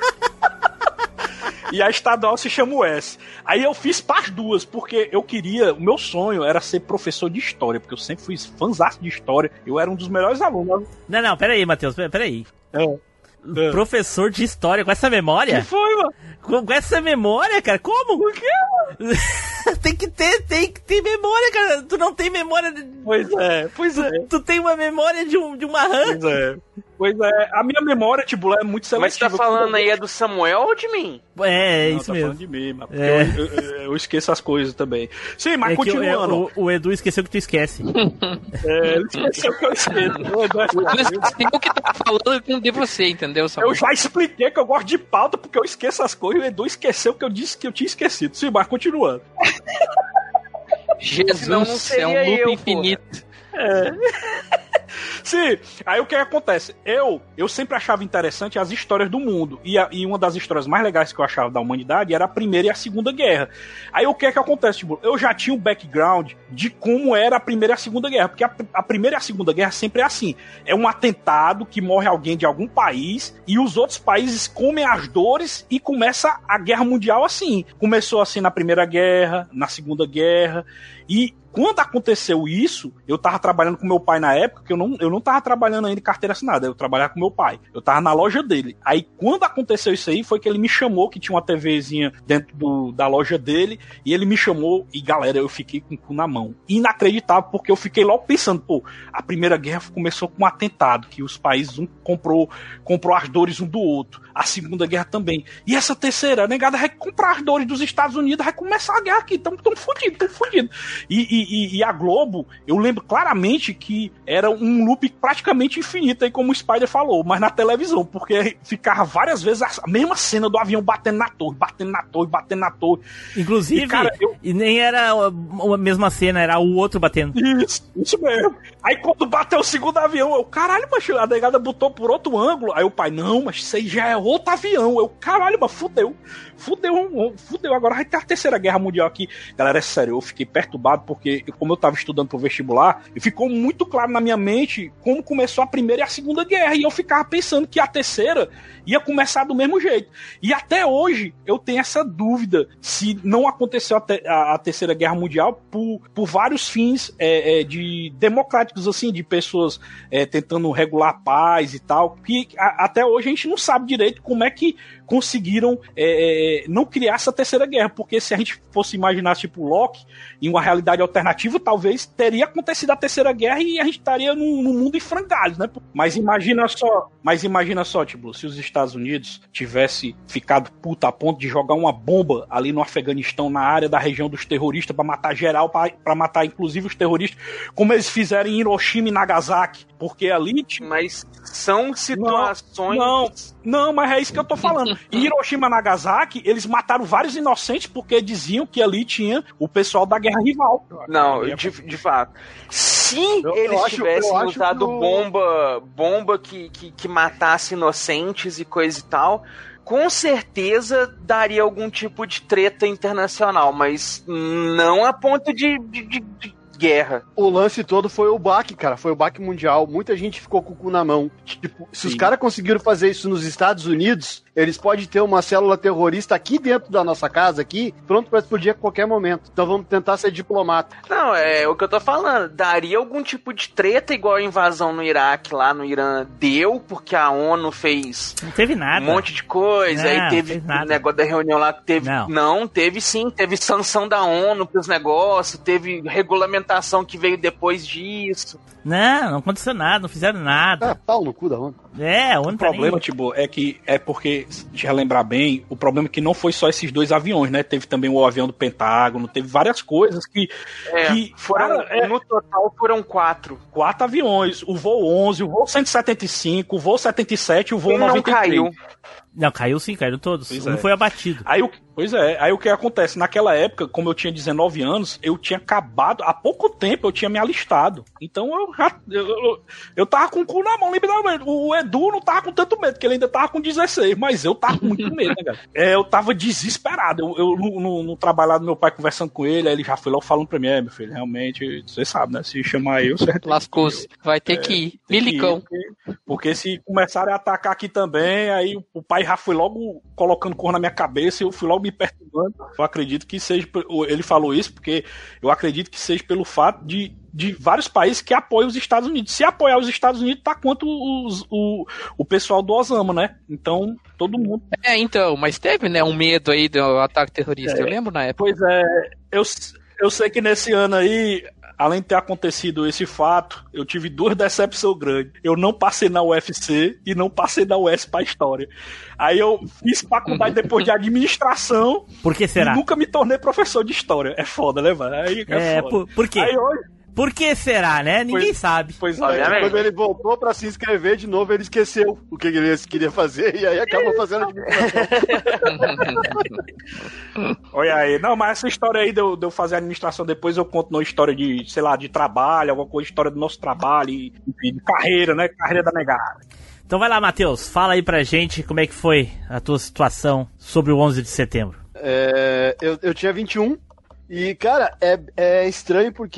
E a estadual se chama U S. Aí eu fiz para as duas, porque eu queria, o meu sonho era ser professor de história, porque eu sempre fui fãzaço de história, eu era um dos melhores alunos. Não, não, peraí, Matheus, peraí. É. É. Professor de história com essa memória? Que foi, mano? Com, com essa memória, cara? Como? Por quê? tem que ter, tem que ter memória, cara. Tu não tem memória. De... Pois é, pois é. Tu tem uma memória de, um, de uma rã. Pois é. Pois é, a minha memória, tipo, é muito seletiva. Mas você tá falando aí é do Samuel ou de mim? É, é Não, isso tá mesmo. falando de mim, mas porque É. eu, eu- eu esqueço as coisas também. Sim, mas É que o, é, continuando. o, o Edu esqueceu que tu esquece. É, ele esqueceu que eu esqueço. Eu esqueci o que tá falando com de você, entendeu, Samuel? Eu já expliquei que eu gosto de pauta porque eu esqueço as coisas e o Edu esqueceu que eu disse que eu tinha esquecido. Sim, mas continuando. Senão não Jesus, é um seria loop eu, infinito. Sim, aí o que acontece? Eu, eu sempre achava interessante as histórias do mundo. E, a- e uma das histórias mais legais que eu achava da humanidade era a Primeira e a Segunda Guerra. Aí o que é que acontece? Tipo, eu já tinha um background de como era a Primeira e a Segunda Guerra. Porque a, a Primeira e a Segunda Guerra sempre é assim. É um atentado que morre alguém de algum país e os outros países comem as dores e começa a Guerra Mundial assim. Começou assim na Primeira Guerra, na Segunda Guerra. E quando aconteceu isso, eu tava trabalhando com meu pai na época, que eu não, eu não tava trabalhando ainda em carteira assinada, eu trabalhava com meu pai. Eu tava na loja dele. Aí, quando aconteceu isso aí, foi que ele me chamou, que tinha uma TVzinha dentro do, da loja dele, e ele me chamou, e galera, eu fiquei com o cu na mão. Inacreditável, porque eu fiquei logo pensando, pô, a Primeira Guerra começou com um atentado, que os países, um comprou, comprou as dores um do outro. A Segunda Guerra também. E essa terceira, a negada vai comprar as dores dos Estados Unidos, vai começar a guerra aqui, tamo, tamo fudido, tamo fudido. E, e, e a Globo, eu lembro claramente que era um loop praticamente infinito, aí como o Spider falou, mas na televisão, porque ficava várias vezes a mesma cena do avião batendo na torre, batendo na torre, batendo na torre. Inclusive, e, cara, eu... e nem era a mesma cena, era o outro batendo. Isso, isso mesmo. Aí quando bateu o segundo avião, eu, caralho, mas a negada botou por outro ângulo. Aí o pai, não, mas isso aí já é outro avião. Eu, caralho, mas fudeu. Fudeu, fudeu. Agora vai ter a Terceira Guerra Mundial aqui. Galera, é sério, eu fiquei perturbado porque, como eu tava estudando pro vestibular, ficou muito claro na minha mente como começou a Primeira e a Segunda Guerra. E eu ficava pensando que a Terceira ia começar do mesmo jeito. E até hoje eu tenho essa dúvida se não aconteceu a, te- a, a Terceira Guerra Mundial por, por vários fins é, é, de democráticos, assim, de pessoas é, tentando regular a paz e tal, que a, até hoje a gente não sabe direito como é que conseguiram é, não criar essa Terceira Guerra, porque se a gente fosse imaginar tipo Loki em uma realidade alternativa, talvez teria acontecido a Terceira Guerra e a gente estaria num, num mundo em frangalhos, né? Mas imagina só, mas imagina só, tipo, se os Estados Unidos tivesse ficado puta a ponto de jogar uma bomba ali no Afeganistão, na área da região dos terroristas, pra matar geral, pra, pra matar inclusive os terroristas, como eles fizeram em Hiroshima e Nagasaki, porque ali... Tipo... Mas são situações... Não, não, não, mas é isso que eu tô falando. Em Hiroshima e Nagasaki, eles mataram vários inocentes porque diziam que ali tinha o pessoal da guerra rival. Não, de, de fato. Se eu, eles eu tivessem acho, usado que... bomba, bomba que, que, que matasse inocentes e coisa e tal, com certeza daria algum tipo de treta internacional, mas não a ponto de... de, de, de guerra. O lance todo foi o baque, cara. Foi o baque mundial. Muita gente ficou com o cu na mão. Tipo, se Sim. os caras conseguiram fazer isso nos Estados Unidos, eles podem ter uma célula terrorista aqui dentro da nossa casa, aqui, pronto pra explodir a qualquer momento. Então vamos tentar ser diplomata. Não, é o que eu tô falando. Daria algum tipo de treta igual a invasão no Iraque, lá no Irã, deu, porque a ONU fez... Não teve nada. Um monte de coisa. Não, aí teve o negócio da reunião lá. Teve... Não. Não, teve sim. Teve sanção da ONU pros negócios, teve regulamentação que veio depois disso. Não, não aconteceu nada, não fizeram nada. Ah, pau no cu da ONU. É, o problema, tipo, é que é porque, de relembrar bem, o problema é que não foi só esses dois aviões, né? Teve também o avião do Pentágono, teve várias coisas que... É, que foram, cara, é, no total foram quatro. Quatro aviões, o voo onze, o voo cento e setenta e cinco, o voo setenta e sete e o voo noventa e três. Não caiu. Não, caiu sim, caíram todos. Pois um é. Foi abatido. Aí, pois é, aí o que acontece? Naquela época, como eu tinha dezenove anos, eu tinha acabado, há pouco tempo eu tinha me alistado. Então eu já. Eu, eu, eu tava com o cu na mão, literalmente. O Edu não tava com tanto medo, porque ele ainda tava com dezesseis, mas eu tava com muito medo, né, cara? É, eu tava desesperado. Eu, eu no, no, no trabalho lá do meu pai conversando com ele, aí ele já foi logo falando pra mim, é, meu filho, realmente, você sabe, né? Se chamar eu, você lascou-se. Vai ter é, que ir. Milicão. Que ir, porque, porque se começarem a atacar aqui também, aí o, o pai já foi logo colocando cor na minha cabeça e eu fui logo me perturbando. Eu acredito que seja, ele falou isso porque eu acredito que seja pelo fato de, de vários países que apoiam os Estados Unidos. Se apoiar os Estados Unidos, tá contra os, o, o pessoal do Osama, né? Então, todo mundo... É, então, mas teve, né, um medo aí do ataque terrorista, é, eu lembro na época. Pois é, eu, eu sei que nesse ano aí, além de ter acontecido esse fato, eu tive duas decepções grandes. Eu não passei na U F C e não passei na U E S pra história. Aí eu fiz faculdade depois de administração. Por que será? E nunca me tornei professor de história. É foda, né, mano? Aí é, é foda. Por, por quê? Aí hoje... Por que será, né? Ninguém pois, sabe. Pois é. Quando ele voltou pra se inscrever de novo, ele esqueceu o que ele queria fazer e aí acabou fazendo administração. Olha aí. Não, mas essa história aí de eu, de eu fazer administração depois eu conto uma história de, sei lá, de trabalho, alguma coisa, história do nosso trabalho, e, de carreira, né? Carreira da negada. Então vai lá, Matheus. Fala aí pra gente como é que foi a tua situação sobre o onze de setembro. É, eu, eu tinha vinte e um. E, cara, é, é estranho porque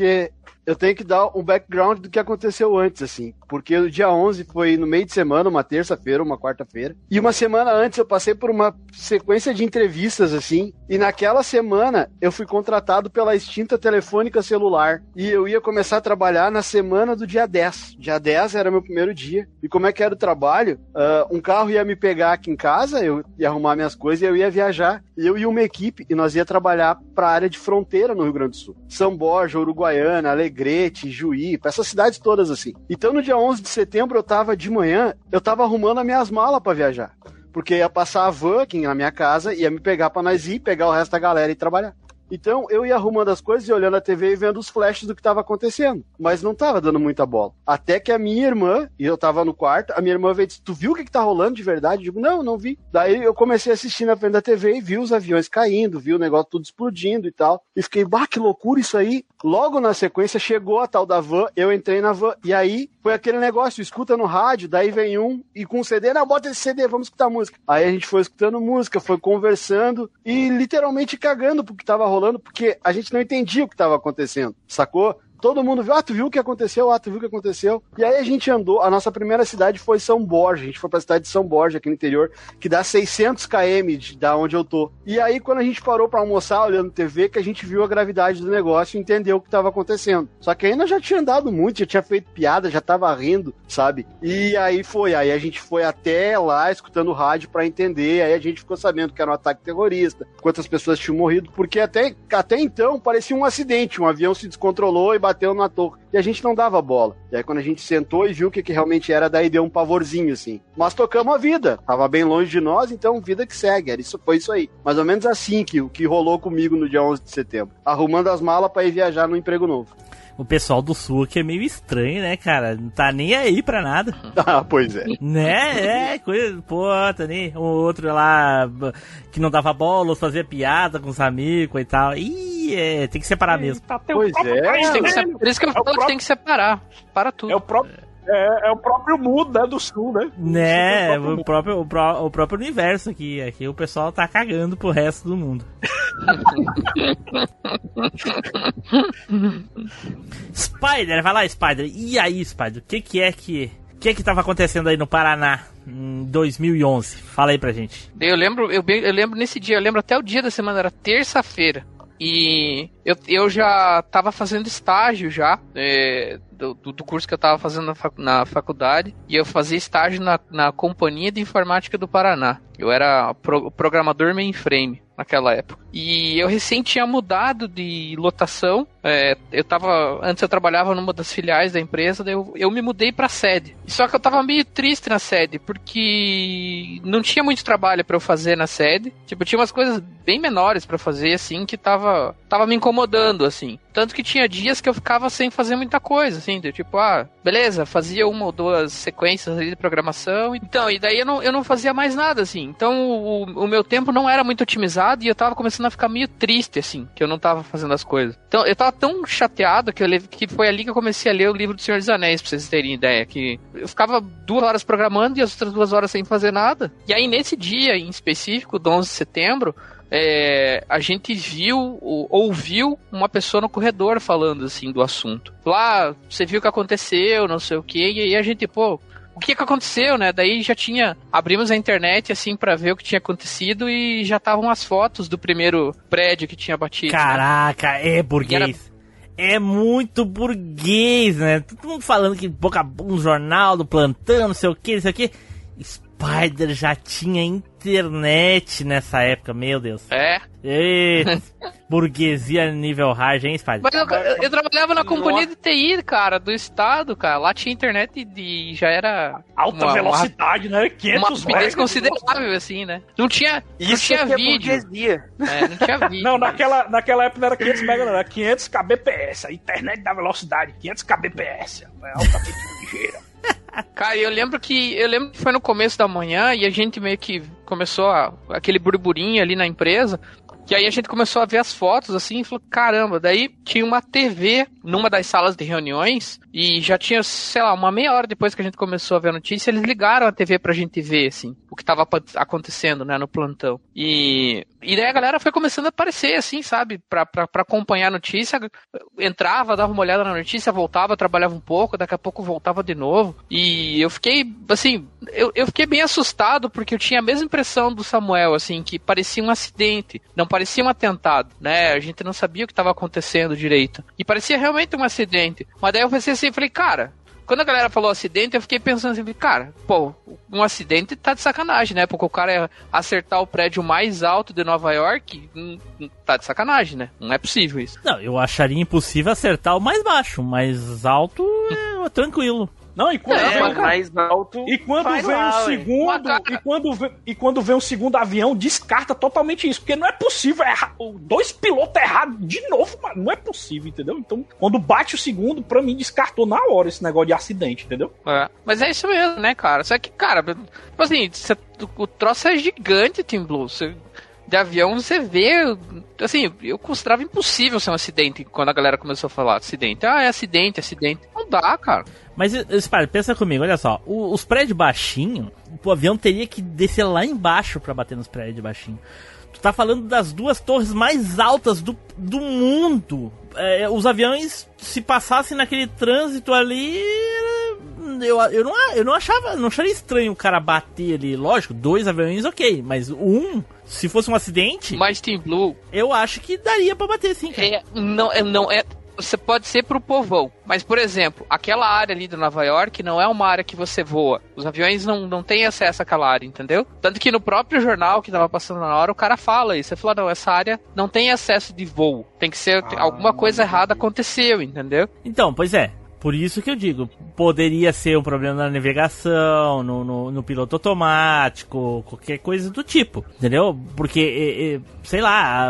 eu tenho que dar um background do que aconteceu antes, assim. Porque o dia onze foi no meio de semana, uma terça-feira, uma quarta-feira. E uma semana antes eu passei por uma sequência de entrevistas, assim. E naquela semana eu fui contratado pela extinta Telefônica Celular. E eu ia começar a trabalhar na semana do dia dez. Dia dez era meu primeiro dia. E como é que era o trabalho? Uh, um carro ia me pegar aqui em casa, eu ia arrumar minhas coisas e eu ia viajar. E eu e uma equipe, e nós ia trabalhar para a área de fronteira no Rio Grande do Sul. São Borja, Uruguaiana, Alegrete, Juí, para essas cidades todas assim. Então no dia onze de setembro eu tava de manhã, eu tava arrumando as minhas malas para viajar. Porque ia passar a van aqui na minha casa, ia me pegar para nós ir, pegar o resto da galera e trabalhar. Então, eu ia arrumando as coisas e olhando a T V e vendo os flashes do que estava acontecendo. Mas não estava dando muita bola. Até que a minha irmã, e eu estava no quarto, a minha irmã veio e disse, tu viu o que, que tá rolando de verdade? Eu digo, não, não vi. Daí eu comecei a assistir na frente da T V e vi os aviões caindo, vi o negócio tudo explodindo e tal. E fiquei, bah, que loucura isso aí. Logo na sequência chegou a tal da van, eu entrei na van. E aí foi aquele negócio, escuta no rádio, daí vem um e com um C D, não, bota esse C D, vamos escutar música. Aí a gente foi escutando música, foi conversando e literalmente cagando pro que tava rolando, porque a gente não entendia o que estava acontecendo, sacou? Todo mundo viu, ah, tu viu o que aconteceu? Ah, tu viu o que aconteceu? E aí a gente andou, a nossa primeira cidade foi São Borja, a gente foi pra cidade de São Borja, aqui no interior, que dá seiscentos quilômetros da onde eu tô. E aí quando a gente parou pra almoçar, olhando T V, que a gente viu a gravidade do negócio e entendeu o que estava acontecendo. Só que ainda já tinha andado muito, já tinha feito piada, já tava rindo, sabe? E aí foi, aí a gente foi até lá, escutando o rádio pra entender, aí a gente ficou sabendo que era um ataque terrorista, quantas pessoas tinham morrido, porque até, até então parecia um acidente, um avião se descontrolou e bateu na torre. E a gente não dava bola. E aí quando a gente sentou e viu o que, que realmente era, daí deu um pavorzinho, assim. Mas tocamos a vida. Tava bem longe de nós, então vida que segue. Era isso, foi isso aí. Mais ou menos assim que o que rolou comigo no dia onze de setembro. Arrumando as malas pra ir viajar no emprego novo. O pessoal do Sul aqui é meio estranho, né, cara? Não tá nem aí pra nada. Ah, pois é. Né? É, coisa... Pô, tá nem... Um outro lá que não dava bola, fazia piada com os amigos e tal. Ih, é, tem que separar mesmo. Tá, pois é. País, tem que ser... Por isso que eu falo é próprio... que tem que separar. Para tudo. É o próprio... É, é o próprio mundo, né, do Sul, né? Né, é o, o, próprio, o, pró, o próprio universo aqui. Aqui o pessoal tá cagando pro resto do mundo. Spider, vai lá, Spider. E aí, Spider, o que que é que... O que que tava acontecendo aí no Paraná em dois mil e onze? Fala aí pra gente. Eu lembro, eu, eu lembro nesse dia, eu lembro até o dia da semana, era terça-feira. E eu, eu já tava fazendo estágio já, é, do, do curso que eu tava fazendo na, fac, na faculdade. E eu fazia estágio na, na Companhia de Informática do Paraná. Eu era pro, programador mainframe naquela época. E eu recém tinha mudado de lotação. É, eu tava, antes eu trabalhava numa das filiais da empresa, daí eu, eu me mudei pra sede. Só que eu tava meio triste na sede, porque não tinha muito trabalho pra eu fazer na sede. Tipo, tinha umas coisas bem menores pra fazer, assim, que tava, tava me incomodando, assim. Tanto que tinha dias que eu ficava sem fazer muita coisa, assim, tipo, ah, beleza, fazia uma ou duas sequências ali de programação. Então, e daí eu não, eu não fazia mais nada, assim. Então, o, o meu tempo não era muito otimizado e eu tava começando a ficar meio triste, assim, que eu não tava fazendo as coisas. Então, eu tava tão chateado que, eu, que foi ali que eu comecei a ler o livro do Senhor dos Anéis, pra vocês terem ideia, que eu ficava duas horas programando e as outras duas horas sem fazer nada. E aí, nesse dia em específico, do onze de setembro, É, a gente viu, ou, ouviu uma pessoa no corredor falando assim do assunto. Lá, você viu o que aconteceu, não sei o que, e aí a gente, pô, o que que aconteceu, né? Daí já tinha, abrimos a internet assim pra ver o que tinha acontecido e já estavam as fotos do primeiro prédio que tinha batido. Caraca, né? É burguês. Era... É muito burguês, né? Todo mundo falando que boca um jornal do plantão, não sei o que, não sei o que. Spider já tinha internet nessa época, meu Deus. É. Eita, burguesia nível hard, hein, Spider? Mas eu, eu, eu trabalhava na companhia de T I, cara, do estado, cara. Lá tinha internet e já era... Alta uma, velocidade, uma, né? quinhentos Uma rapidez considerável, assim, né? Não tinha, Isso não tinha é vídeo. burguesia. É, não tinha vídeo. Não, naquela, naquela época não era quinhentos mega, não. Era quinhentos kbps. A internet da velocidade, quinhentos kbps. É altamente ligeira. Cara, eu lembro que eu lembro que foi no começo da manhã e a gente meio que começou a, aquele burburinho ali na empresa. Que aí a gente começou a ver as fotos assim e falou, caramba, daí tinha uma T V numa das salas de reuniões e já tinha, sei lá, uma meia hora depois que a gente começou a ver a notícia, eles ligaram a T V pra gente ver, assim. o que tava acontecendo, né, no plantão. E, e daí a galera foi começando a aparecer, assim, sabe, pra, pra, pra acompanhar a notícia, entrava, dava uma olhada na notícia, voltava, trabalhava um pouco, daqui a pouco voltava de novo, e eu fiquei, assim, eu, eu fiquei bem assustado, porque eu tinha a mesma impressão do Samuel, assim, que parecia um acidente, não parecia um atentado, né, a gente não sabia o que estava acontecendo direito, e parecia realmente um acidente, mas daí eu pensei assim, falei, cara, quando a galera falou acidente, eu fiquei pensando assim, cara, pô, um acidente tá de sacanagem, né? Porque o cara acertar o prédio mais alto de Nova York, hum, tá de sacanagem, né? Não é possível isso. Não, eu acharia impossível acertar o mais baixo, o mais alto é tranquilo. Não, e quando É, vem mas mais alto. E quando vai vem lá, um ué. segundo, e quando, vem, e quando vem um segundo avião, descarta totalmente isso. Porque não é possível errar. Dois pilotos errados de novo, mano. Não é possível, entendeu? Então, quando bate o segundo, pra mim, descartou na hora esse negócio de acidente, entendeu? É, mas é isso mesmo, né, cara? Só que, cara, tipo assim, cê, o troço é gigante, Team Blue. Você... de avião, você vê, assim, eu considerava impossível ser um acidente quando a galera começou a falar acidente. Ah, é acidente, acidente. Não dá, cara. Mas, espera, pensa comigo, olha só, o, os prédios baixinhos, o avião teria que descer lá embaixo pra bater nos prédios baixinhos. Tu tá falando das duas torres mais altas do, do mundo. É, os aviões, se passassem naquele trânsito ali, eu, eu, não, eu não achava, não acharia estranho o cara bater ali. Lógico, dois aviões, ok, mas um, se fosse um acidente, mas Team Blue, eu acho que daria pra bater sim, cara. É, não, é, não é. Você pode ser pro povão, mas, por exemplo, aquela área ali de Nova York não é uma área que você voa. Os aviões não, não têm acesso àquela área, entendeu? Tanto que no próprio jornal que tava passando na hora, o cara fala isso. Ele fala, não, essa área não tem acesso de voo. Tem que ser, ah, alguma coisa errada aconteceu, entendeu? Então, pois é. Por isso que eu digo, poderia ser um problema na navegação, no, no, no piloto automático, qualquer coisa do tipo, entendeu? Porque, é, é, sei lá...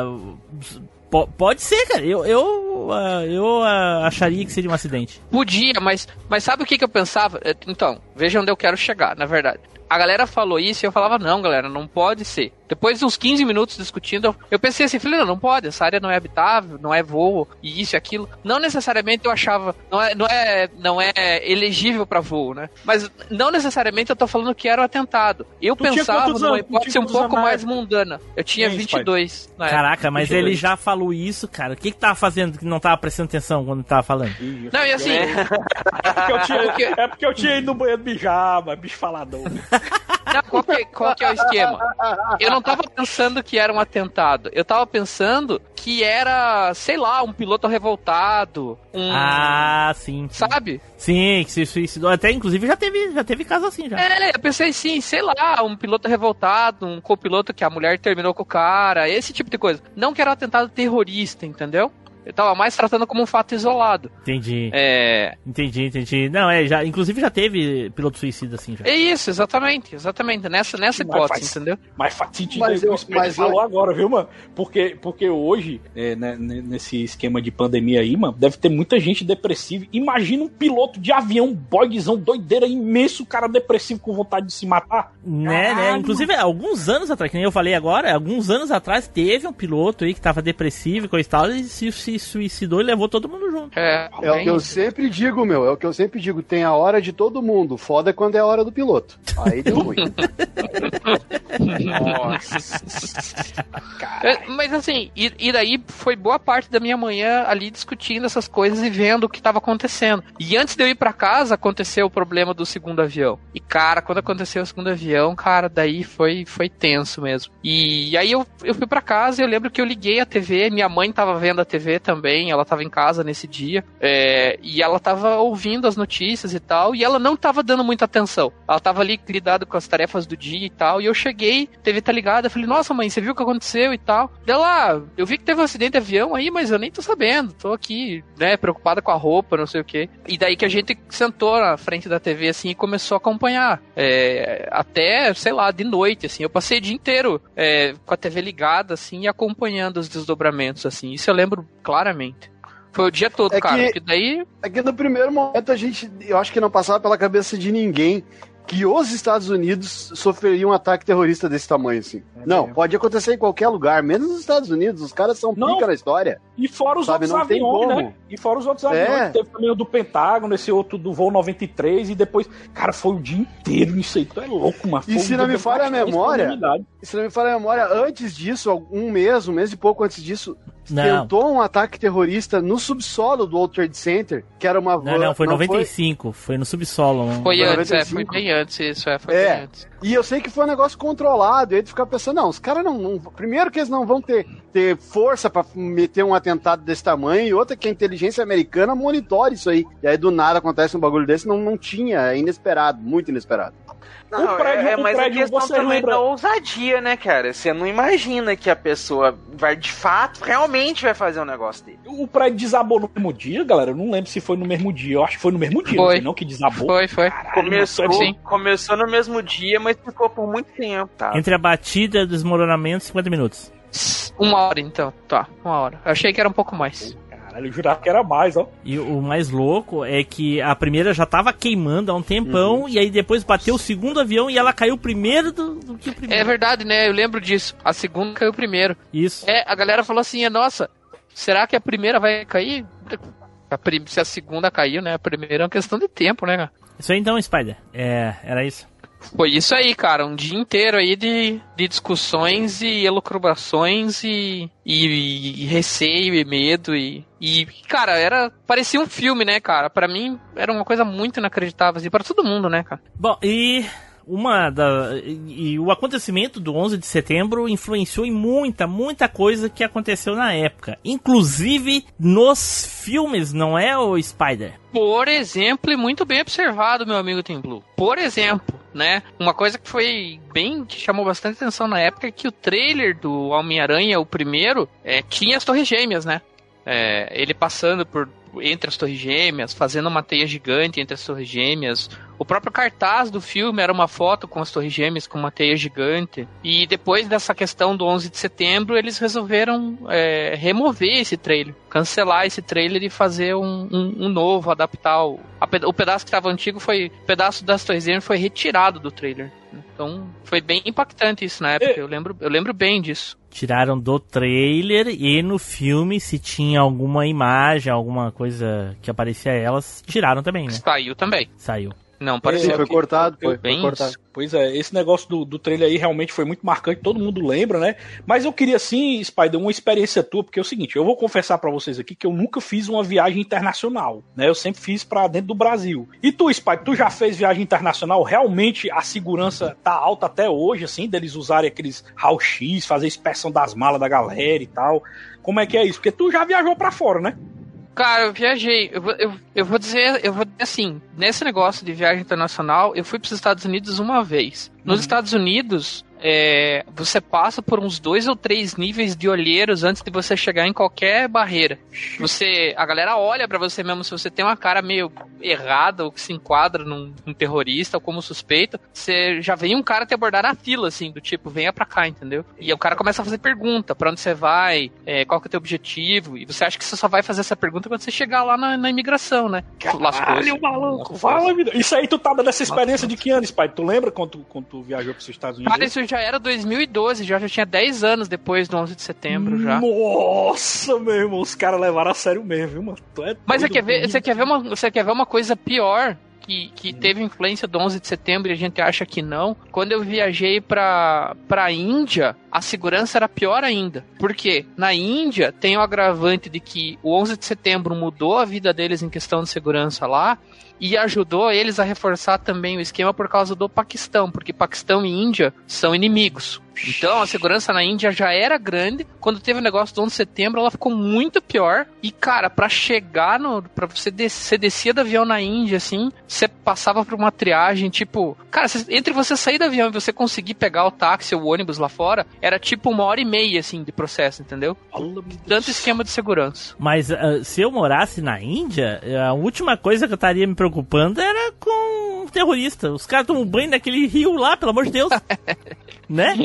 Pode ser, cara. Eu, eu, uh, eu uh, acharia que seria um acidente. Podia, mas, mas sabe o que, que eu pensava? Então, veja onde eu quero chegar, na verdade. A galera falou isso e eu falava, não, galera, não pode ser. Depois de uns quinze minutos discutindo, eu pensei assim, falei, não, não pode, essa área não é habitável, não é voo, e isso e aquilo. Não necessariamente eu achava, não é, não é, não é elegível pra voo, né? Mas não necessariamente eu tô falando que era um atentado. Eu tu pensava numa anos? hipótese um pouco mais mundana. Eu tinha Isso, vinte e dois. Pai. Caraca, mas vinte e dois. Ele já falou isso, cara. O que que tava fazendo que não tava prestando atenção quando tava falando? Não, e assim... É, é, porque, eu tinha, é porque eu tinha ido no banheiro mijar, mas bicho falador. Não, qual, que, qual que é o esquema? Eu não tava pensando que era um atentado. Eu tava pensando que era, sei lá, um piloto revoltado. Um... Ah, sim, sim. Sabe? Sim, que se suicidou. Até, inclusive, já teve, já teve caso assim, já. É, eu pensei sim, sei lá, um piloto revoltado, um copiloto que a mulher terminou com o cara, esse tipo de coisa. Não que era um atentado terrorista, entendeu? Eu tava mais tratando como um fato isolado. Entendi. É... Entendi, entendi. Não, é, já, inclusive já teve piloto suicida assim já. É isso, exatamente, exatamente, nessa, nessa hipótese, faz, entendeu? Mas faz sentido mas eu, eu, o que mas falou eu... agora, viu, mano? Porque, porque hoje, é, né, nesse esquema de pandemia aí, mano, deve ter muita gente depressiva. Imagina um piloto de avião, boygzão, doideira, imenso, cara depressivo com vontade de se matar. Né, ah, né? Inclusive, alguns anos atrás, que nem eu falei agora, alguns anos atrás teve um piloto aí que tava depressivo e coisa e tal, e se, se suicidou e levou todo mundo junto. É, é o que eu sempre digo, meu. É o que eu sempre digo. Tem a hora de todo mundo. Foda é quando é a hora do piloto. Aí deu ruim. Nossa. É, mas assim, e, e daí foi boa parte da minha manhã ali discutindo essas coisas e vendo o que estava acontecendo. E antes de eu ir pra casa, aconteceu o problema do segundo avião. E cara, quando aconteceu o segundo avião, cara, daí foi, foi tenso mesmo. E aí eu, eu fui pra casa e eu lembro que eu liguei a T V, minha mãe tava vendo a T V também, ela tava em casa nesse dia, é, e ela tava ouvindo as notícias e tal, e ela não tava dando muita atenção. Ela tava ali lidando com as tarefas do dia e tal, e eu cheguei, a T V tá ligada, eu falei, nossa mãe, você viu o que aconteceu e tal? Dela, ah, eu vi que teve um acidente de avião aí, mas eu nem tô sabendo, tô aqui, né, preocupada com a roupa, não sei o que. E daí que a gente sentou na frente da T V, assim, e começou a acompanhar, é, até, sei lá, de noite, assim, eu passei o dia inteiro é, com a T V ligada, assim, e acompanhando os desdobramentos, assim, isso eu lembro claramente. Foi o dia todo, é cara, que, porque daí... É que no primeiro momento a gente, eu acho que não passava pela cabeça de ninguém que os Estados Unidos sofreriam um ataque terrorista desse tamanho, assim. É não, mesmo. Pode acontecer em qualquer lugar, menos nos Estados Unidos. Os caras são não. pica na história. E fora os sabe, outros não aviões, tem como. né? E fora os outros aviões. É. Teve também o do Pentágono, esse outro do voo noventa e três, e depois, cara, foi o dia inteiro nisso aí. Tu é louco, mano. E se não me falha a memória, e se não me falha a memória, antes disso, um mês, um mês e pouco antes disso, não. tentou um ataque terrorista no subsolo do World Trade Center, que era uma van... Não, não, foi em noventa e cinco, foi? foi no subsolo. Não. Foi antes, é, foi bem antes isso, é, foi é. bem antes. E eu sei que foi um negócio controlado, e aí tu fica pensando, não, os caras não, não... Primeiro que eles não vão ter, ter força pra meter um atentado desse tamanho, e outra que a inteligência americana monitore isso aí. E aí do nada acontece um bagulho desse, não, não tinha, é inesperado, muito inesperado. Não, prédio, é, é mas prédio, a questão também lembra... da ousadia, né, cara? Você não imagina que a pessoa vai, de fato, realmente vai fazer um negócio dele. O prédio desabou no mesmo dia, galera? Eu não lembro se foi no mesmo dia. Eu acho que foi no mesmo dia, foi. Não, não que desabou. Foi, foi. Caralho, começou, sim. começou no mesmo dia, mas ficou por muito tempo, tá? Entre a batida e o desmoronamento, cinquenta minutos. Uma hora, então. Tá, uma hora. Eu achei que era um pouco mais. Eu jurava que era mais, ó. E o mais louco é que a primeira já tava queimando há um tempão, uhum. e aí depois bateu o segundo avião e ela caiu primeiro do, do que o primeiro. É verdade, né? Eu lembro disso. A segunda caiu primeiro. Isso. É, a galera falou assim, nossa, será que a primeira vai cair? A prim... Se a segunda caiu, né? A primeira é uma questão de tempo, né, cara? Isso aí então, Spider. É, era isso. Foi isso aí, cara, um dia inteiro aí de, de discussões e elucubrações e, e, e receio e medo e, e, cara, era, parecia um filme, né, cara, pra mim era uma coisa muito inacreditável, assim, pra todo mundo, né, cara. Bom, e... Uma da, e o acontecimento do onze de setembro influenciou em muita, muita coisa que aconteceu na época. Inclusive nos filmes, não é, o Spider? Por exemplo, e muito bem observado, meu amigo Tim Blue. Por exemplo, né? Uma coisa que foi bem, que chamou bastante atenção na época é que o trailer do Homem-Aranha, o primeiro, é, tinha as Torres Gêmeas, né? É, ele passando por entre as Torres Gêmeas, fazendo uma teia gigante entre as Torres Gêmeas. O próprio cartaz do filme era uma foto com as Torres Gêmeas, com uma teia gigante. E depois dessa questão do onze de setembro, eles resolveram é, remover esse trailer, cancelar esse trailer e fazer um, um, um novo, adaptar. O, a, o pedaço que estava antigo, foi, o pedaço das Torres Gêmeas foi retirado do trailer. Então foi bem impactante isso na época, eu lembro, eu lembro bem disso. Tiraram do trailer e no filme, se tinha alguma imagem, alguma coisa que aparecia a elas, tiraram também, né? Saiu também. Saiu. Não, pareceu Sim, foi que... cortado, foi, bem foi cortado. Pois é, esse negócio do, do trailer aí realmente foi muito marcante, todo mundo lembra, né? Mas eu queria sim, Spider, uma experiência tua, porque é o seguinte, eu vou confessar pra vocês aqui que eu nunca fiz uma viagem internacional, né? Eu sempre fiz pra dentro do Brasil. E tu, Spider, tu já fez viagem internacional? Realmente a segurança tá alta até hoje, assim, deles usarem aqueles raio-x, fazer inspeção das malas da galera e tal. Como é que é isso? Porque tu já viajou pra fora, né? Cara, eu viajei, eu, eu, eu vou dizer, eu vou dizer assim, nesse negócio de viagem internacional, eu fui para os Estados Unidos uma vez. Nos uhum. Estados Unidos, é, você passa por uns dois ou três níveis de olheiros antes de você chegar em qualquer barreira. Você, a galera olha pra você mesmo, se você tem uma cara meio errada ou que se enquadra num, num terrorista ou como suspeito, você já vem um cara te abordar na fila, assim, do tipo, venha pra cá, entendeu? E o cara começa a fazer pergunta, pra onde você vai, é, qual que é o teu objetivo, e você acha que você só vai fazer essa pergunta quando você chegar lá na, na imigração, né? Caralho, maluco, fala, vida. Isso aí tu tá dando essa experiência de que ano, Spy? Tu lembra quando tu, quando tu viajou pros Estados Unidos? Cara, isso já era dois mil e doze, já, já tinha dez anos depois do onze de setembro, já. Nossa, meu irmão, os caras levaram a sério mesmo, viu, mano? Tu é Mas você quer, ver, você, quer ver uma, você quer ver uma coisa pior? Que, que teve influência do onze de setembro e a gente acha que não. Quando eu viajei pra, pra Índia, a segurança era pior ainda. Por quê? Na Índia tem o agravante de que o onze de setembro mudou a vida deles em questão de segurança lá e ajudou eles a reforçar também o esquema por causa do Paquistão, porque Paquistão e Índia são inimigos. Então a segurança na Índia já era grande. Quando teve o negócio do onze de setembro, ela ficou muito pior. E cara, pra chegar no... Pra você, des, você descia do avião na Índia, assim, você passava por uma triagem, tipo... Cara, você, entre você sair do avião e você conseguir pegar o táxi ou o ônibus lá fora, era tipo uma hora e meia, assim, de processo, entendeu? Tanto esquema de segurança. Mas uh, se eu morasse na Índia, a última coisa que eu estaria me preocupando era com terrorista. Os caras tomam banho naquele rio lá, pelo amor de Deus. Né?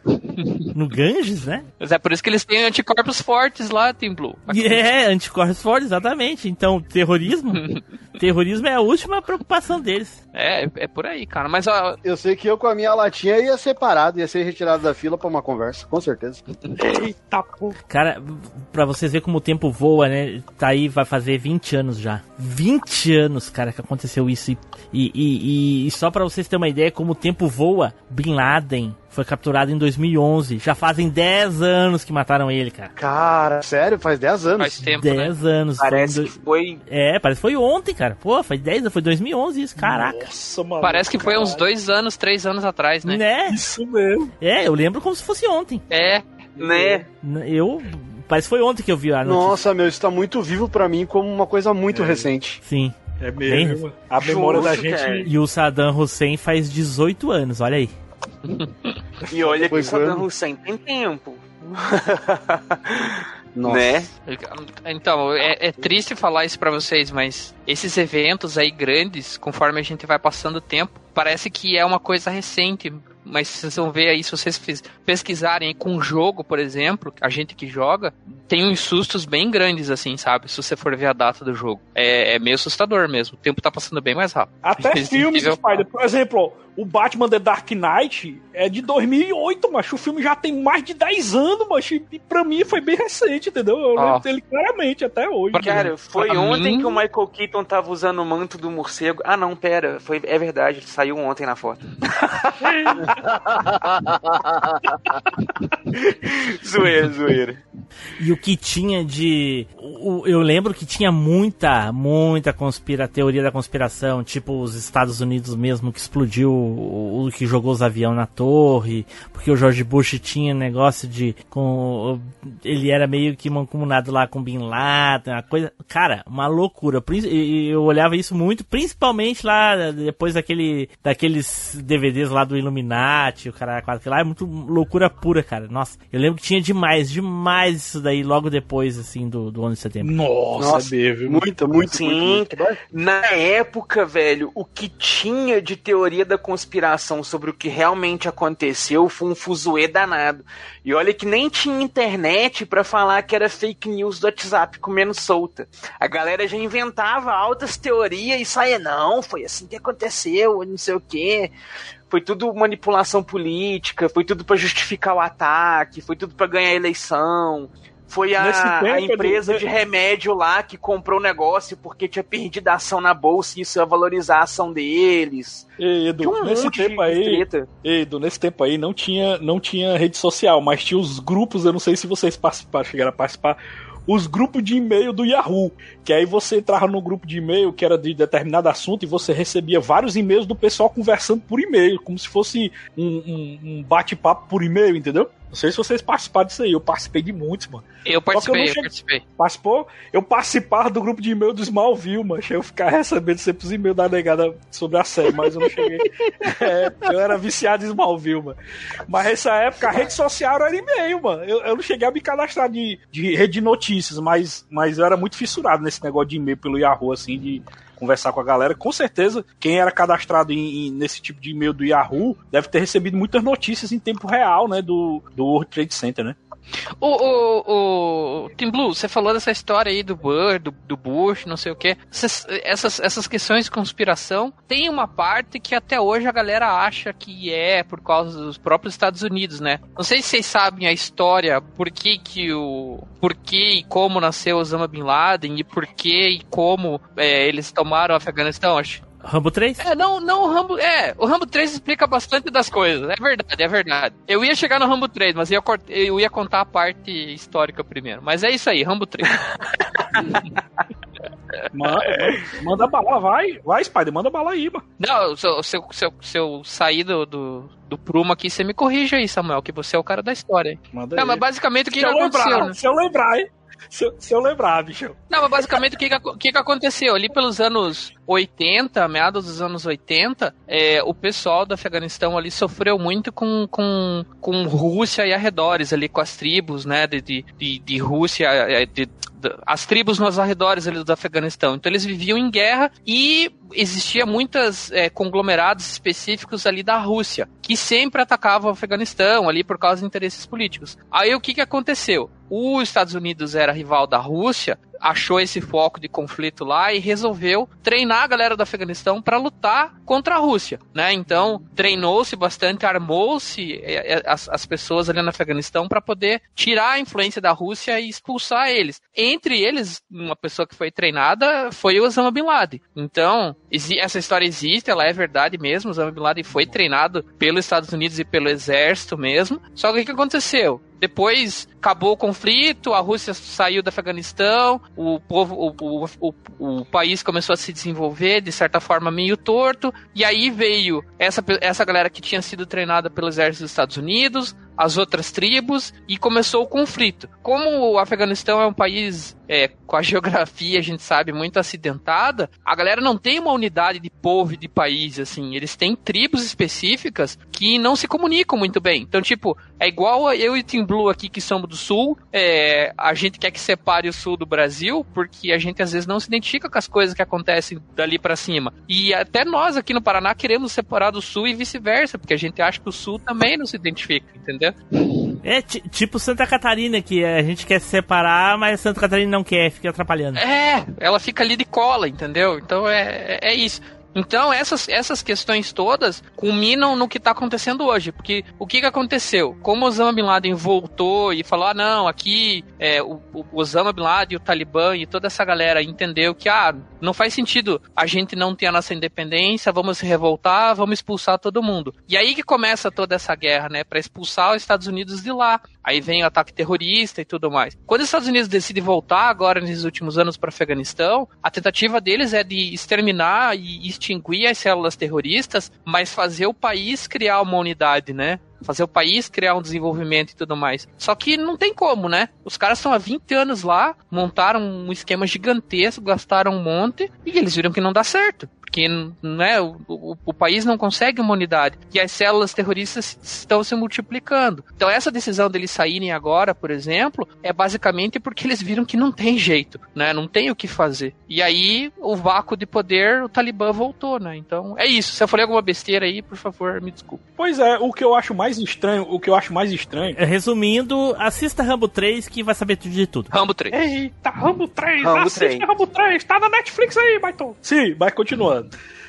No Ganges, né? Mas é por isso que eles têm anticorpos fortes lá, Team Blue. É, anticorpos fortes, exatamente. Então, terrorismo, Terrorismo é a última preocupação deles. É, é por aí, cara. Mas ó, eu sei que eu com a minha latinha ia ser parado, ia ser retirado da fila pra uma conversa, com certeza. Eita porra. Cara, pra vocês verem como o tempo voa, né? Tá aí, vai fazer vinte anos já. vinte anos, cara, que aconteceu isso. E, e, e, e só pra vocês terem uma ideia como o tempo voa, Bin Laden foi capturado em dois mil e onze. Já fazem dez anos que mataram ele, cara. Cara, sério? Faz dez anos? faz tempo, dez né? anos. Parece foi que foi... É, parece que foi ontem, cara. Pô, foi dez, foi dois mil e onze isso, caraca. Nossa, mano. Parece que foi uns dois anos, três anos atrás, né? Né? Isso mesmo. É, eu lembro como se fosse ontem. É. Né? Eu... Parece que foi ontem que eu vi a notícia. Nossa, meu, isso tá muito vivo pra mim como uma coisa muito É. recente. Sim. É mesmo. A memória da gente... cara. E o Saddam Hussein faz dezoito anos, olha aí. E olha que Foi o Saddam quando? Hussein tem tempo. Nossa. Né? Então, é, é triste falar isso pra vocês, mas esses eventos aí grandes, conforme a gente vai passando o tempo, parece que é uma coisa recente. Mas vocês vão ver aí, se vocês pesquisarem com um jogo, por exemplo, a gente que joga, tem uns sustos bem grandes, assim, sabe? Se você for ver a data do jogo. É, é meio assustador mesmo. O tempo tá passando bem mais rápido. Até filmes, Spider. Por exemplo, o Batman The Dark Knight é de dois mil e oito, macho. O filme já tem mais de dez anos, macho. E pra mim foi bem recente, entendeu? Eu Oh. lembro dele claramente, até hoje. Cara, foi Pra ontem mim- que o Michael Keaton tava usando o manto do morcego. Ah, não, pera. Foi, é verdade, ele saiu ontem na foto. Zoeira, zoeira. E o que tinha de... o- eu lembro que tinha muita, muita conspira, teoria da conspiração, tipo os Estados Unidos mesmo, que explodiu o, o que jogou os aviões na torre, porque o George Bush tinha negócio de... com ele era meio que mancomunado lá com Bin Laden, uma coisa... Cara, uma loucura. Prin- e- e Eu olhava isso muito, principalmente lá depois daquele, daqueles D V Ds lá do Illuminati, o cara quase que lá é muito loucura pura, cara. Nossa, eu lembro que tinha demais, demais isso daí logo depois, assim, do, do onze de setembro. Nossa, Nossa, é mesmo. Muita, muito, Sim, muito, muito. na época, velho, o que tinha de teoria da conspiração sobre o que realmente aconteceu foi um fuzuê danado. E olha que nem tinha internet pra falar que era fake news do WhatsApp comendo solta. A galera já inventava altas teorias e saía, não, foi assim que aconteceu, não sei o quê. Foi tudo manipulação política, foi tudo pra justificar o ataque, foi tudo pra ganhar a eleição. Foi Nesse a, tempo, a empresa Edu, de remédio lá que comprou o negócio porque tinha perdido a ação na bolsa e isso ia valorizar a ação deles. Ei, Edu, Tinha um nesse monte tempo de aí, treta. Ei, Edu, nesse tempo aí não tinha, não tinha rede social, mas tinha os grupos, eu não sei se vocês participaram, chegaram a participar, os grupos de e-mail do Yahoo, que aí você entrava no grupo de e-mail que era de determinado assunto e você recebia vários e-mails do pessoal conversando por e-mail, como se fosse um, um, um bate-papo por e-mail, entendeu? Não sei se vocês participaram disso aí, eu participei de muitos, mano. Eu Só que eu participei, não eu, cheguei- participei. Participou? Eu participava do grupo de e-mail do Smallville, mano. Eu ficava recebendo sempre os e-mails da negada sobre a série, mas eu não cheguei. É, eu era viciado em Smallville, mano. Mas nessa época a rede social era e-mail, mano. Eu, eu não cheguei a me cadastrar de, de rede de notícias, mas, mas eu era muito fissurado nesse negócio de e-mail pelo Yahoo, assim, de conversar com a galera. Com certeza, quem era cadastrado em, em- nesse tipo de e-mail do Yahoo deve ter recebido muitas notícias em tempo real, né, do, do World Trade Center, né? O, o, o Tim Blue, você falou dessa história aí do Burr, do, do Bush, não sei o que. Essas, essas, essas questões de conspiração, tem uma parte que até hoje a galera acha que é por causa dos próprios Estados Unidos, né? Não sei se vocês sabem a história, por que que o... por que e como nasceu Osama Bin Laden e por que e como é, eles tomaram o Afeganistão, acho. Rambo três? É, não, não, o Rambo. É, o Rambo três explica bastante das coisas. É verdade, é verdade. Eu ia chegar no Rambo três, mas eu ia, cort- eu ia contar a parte histórica primeiro. Mas é isso aí, Rambo três. Manda, manda bala, vai. Vai, Spider, manda bala aí, mano. Não, se eu, se eu, se eu, se eu sair do, do, do prumo aqui, você me corrige aí, Samuel, que você é o cara da história. Hein? Manda Não, aí. mas basicamente o que, se, que eu aconteceu, lembrar, né? se eu lembrar, hein? Se eu, se eu lembrar, bicho. Não, mas basicamente o que, que, aco- que, que aconteceu? Ali pelos anos oitenta, meados dos anos oitenta, é, o pessoal do Afeganistão ali sofreu muito com, com, com Rússia e arredores ali, com as tribos, né, de, de, de, de Rússia, é, de, de, as tribos nos arredores ali do Afeganistão. Então eles viviam em guerra e existia muitos é, conglomerados específicos ali da Rússia, que sempre atacavam o Afeganistão ali por causa de interesses políticos. Aí o que, que aconteceu? Os Estados Unidos era rival da Rússia, achou esse foco de conflito lá e resolveu treinar a galera do Afeganistão para lutar contra a Rússia, né? Então, treinou-se bastante, armou-se as, as pessoas ali no Afeganistão para poder tirar a influência da Rússia e expulsar eles. Entre eles, uma pessoa que foi treinada foi o Osama Bin Laden. Então, essa história existe, ela é verdade mesmo. O Osama Bin Laden foi treinado pelos Estados Unidos e pelo exército mesmo. Só que o que aconteceu? Depois acabou o conflito, a Rússia saiu do Afeganistão, o povo, o, o, o, o país começou a se desenvolver de certa forma meio torto, e aí veio essa, essa galera que tinha sido treinada pelo exército dos Estados Unidos, as outras tribos, e começou o conflito. Como o Afeganistão é um país é, com a geografia, a gente sabe, muito acidentada, a galera não tem uma unidade de povo e de país, assim, eles têm tribos específicas que não se comunicam muito bem. Então, tipo, é igual eu e Team Blue aqui que somos do Sul, é, a gente quer que separe o Sul do Brasil, porque a gente às vezes não se identifica com as coisas que acontecem dali pra cima. E até nós aqui no Paraná queremos separar do Sul e vice-versa, porque a gente acha que o Sul também não se identifica, entendeu? É t- tipo Santa Catarina, que a gente quer se separar, mas Santa Catarina não quer, fica atrapalhando. É, ela fica ali de cola, entendeu? Então é, é, é isso. Então essas, essas questões todas culminam no que está acontecendo hoje, porque o que, que aconteceu? Como Osama Bin Laden voltou e falou, ah não, aqui é, o, o Osama Bin Laden, o Talibã e toda essa galera entendeu que ah, não faz sentido a gente não ter a nossa independência, vamos se revoltar, vamos expulsar todo mundo. E aí que começa toda essa guerra, né, para expulsar os Estados Unidos de lá. Aí vem o ataque terrorista e tudo mais. Quando os Estados Unidos decidem voltar agora nesses últimos anos para o Afeganistão, a tentativa deles é de exterminar e extinguir as células terroristas, mas fazer o país criar uma unidade, né? Fazer o país criar um desenvolvimento e tudo mais. Só que não tem como, né? Os caras estão há vinte anos lá, montaram um esquema gigantesco, gastaram um monte, e eles viram que não dá certo. Porque né, o, o, o país não consegue uma unidade. E as células terroristas estão se multiplicando. Então essa decisão deles saírem agora, por exemplo, é basicamente porque eles viram que não tem jeito, né? Não tem o que fazer. E aí, o vácuo de poder, o Talibã voltou, né? Então, é isso. Se eu falei alguma besteira aí, por favor, me desculpe. Pois é, o que eu acho mais estranho, o que eu acho mais estranho... Resumindo, assista Rambo três que vai saber tudo de tudo. Rambo três. Eita, Rambo três, Rambo assiste três. Rambo três, tá na Netflix aí, Baiton. Sim, mas continuando.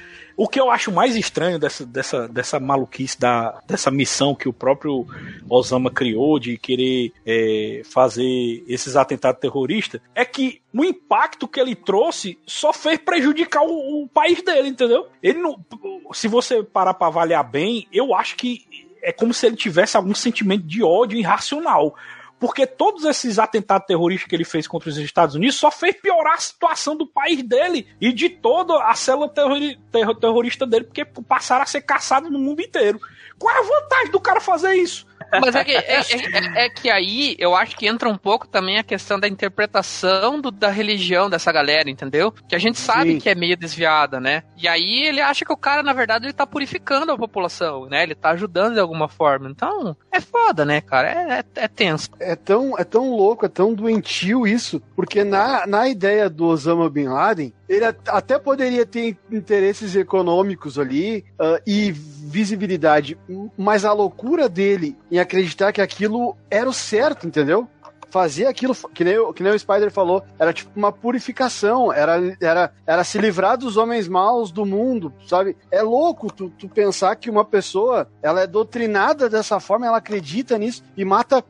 O que eu acho mais estranho dessa, dessa, dessa maluquice, da, dessa missão que o próprio Osama criou de querer é, fazer esses atentados terroristas, é que o impacto que ele trouxe só fez prejudicar o, o país dele, entendeu? Ele não, se você parar pra avaliar bem, eu acho que é como se ele tivesse algum sentimento de ódio irracional. Porque todos esses atentados terroristas que ele fez contra os Estados Unidos só fez piorar a situação do país dele e de toda a célula terrori- terror- terrorista dele, porque passaram a ser caçados no mundo inteiro. Qual é a vantagem do cara fazer isso? Mas é que, é, é, é que aí eu acho que entra um pouco também a questão da interpretação do, da religião dessa galera, entendeu? Que a gente sabe Sim. que é meio desviada, né? E aí ele acha que o cara, na verdade, ele tá purificando a população, né? Ele tá ajudando de alguma forma. Então, é foda, né, cara? É, é, é tenso. É tão, é tão louco, é tão doentio isso, porque na, na ideia do Osama Bin Laden, ele até poderia ter interesses econômicos ali uh, e visibilidade, mas a loucura dele em acreditar que aquilo era o certo, entendeu? Fazer aquilo, que nem, que nem o Spider falou, era tipo uma purificação, era, era, era se livrar dos homens maus do mundo, sabe? É louco tu, tu pensar que uma pessoa, ela é doutrinada dessa forma, ela acredita nisso e mata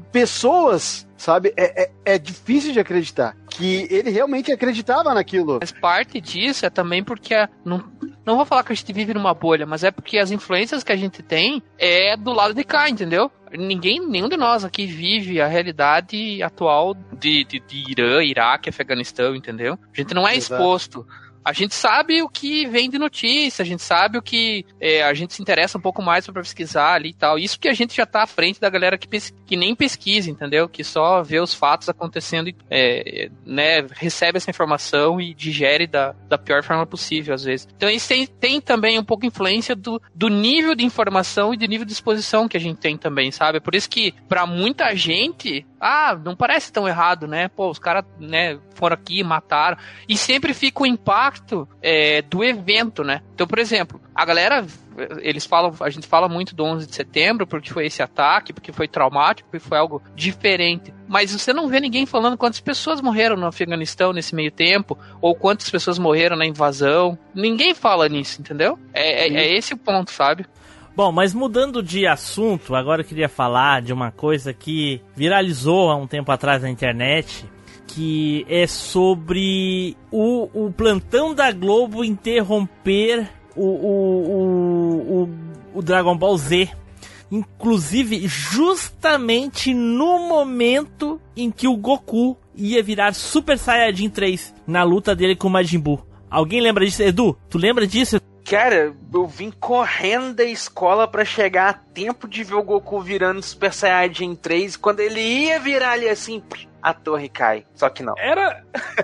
pessoas, sabe? É, é, é difícil de acreditar que ele realmente acreditava naquilo. Mas parte disso é também porque a, não, não vou falar que a gente vive numa bolha, mas é porque as influências que a gente tem é do lado de cá, entendeu? Ninguém, nenhum de nós aqui vive a realidade atual de, de, de Irã, Iraque, Afeganistão, entendeu? A gente não é Exato. exposto. A gente sabe o que vem de notícia, a gente sabe o que é, a gente se interessa um pouco mais para pesquisar ali e tal. Isso que a gente já tá à frente da galera que, pes- que nem pesquisa, entendeu? Que só vê os fatos acontecendo e é, né, recebe essa informação e digere da, da pior forma possível, às vezes. Então isso tem, tem também um pouco influência do, do nível de informação e do nível de exposição que a gente tem também, sabe? Por isso que, para muita gente, ah, não parece tão errado, né? Pô, os caras, né, foram aqui, mataram. E sempre fica o impacto É, do evento, né? Então, por exemplo, A galera, eles falam, a gente fala muito do onze de setembro, porque foi esse ataque, porque foi traumático, porque foi algo diferente. Mas você não vê ninguém falando quantas pessoas morreram no Afeganistão nesse meio tempo, ou quantas pessoas morreram na invasão. Ninguém fala nisso, entendeu? É, é, é esse o ponto, sabe? Bom, mas mudando de assunto, agora eu queria falar de uma coisa que viralizou há um tempo atrás na internet, que é sobre o, o plantão da Globo interromper o, o, o, o, o Dragon Ball Z. Inclusive, justamente no momento em que o Goku ia virar Super Saiyajin três na luta dele com o Majin Buu. Alguém lembra disso? Edu, tu lembra disso? Cara, eu vim correndo da escola pra chegar a tempo de ver o Goku virando Super Saiyajin três. Quando ele ia virar ali assim, a torre cai. Só que não. Era.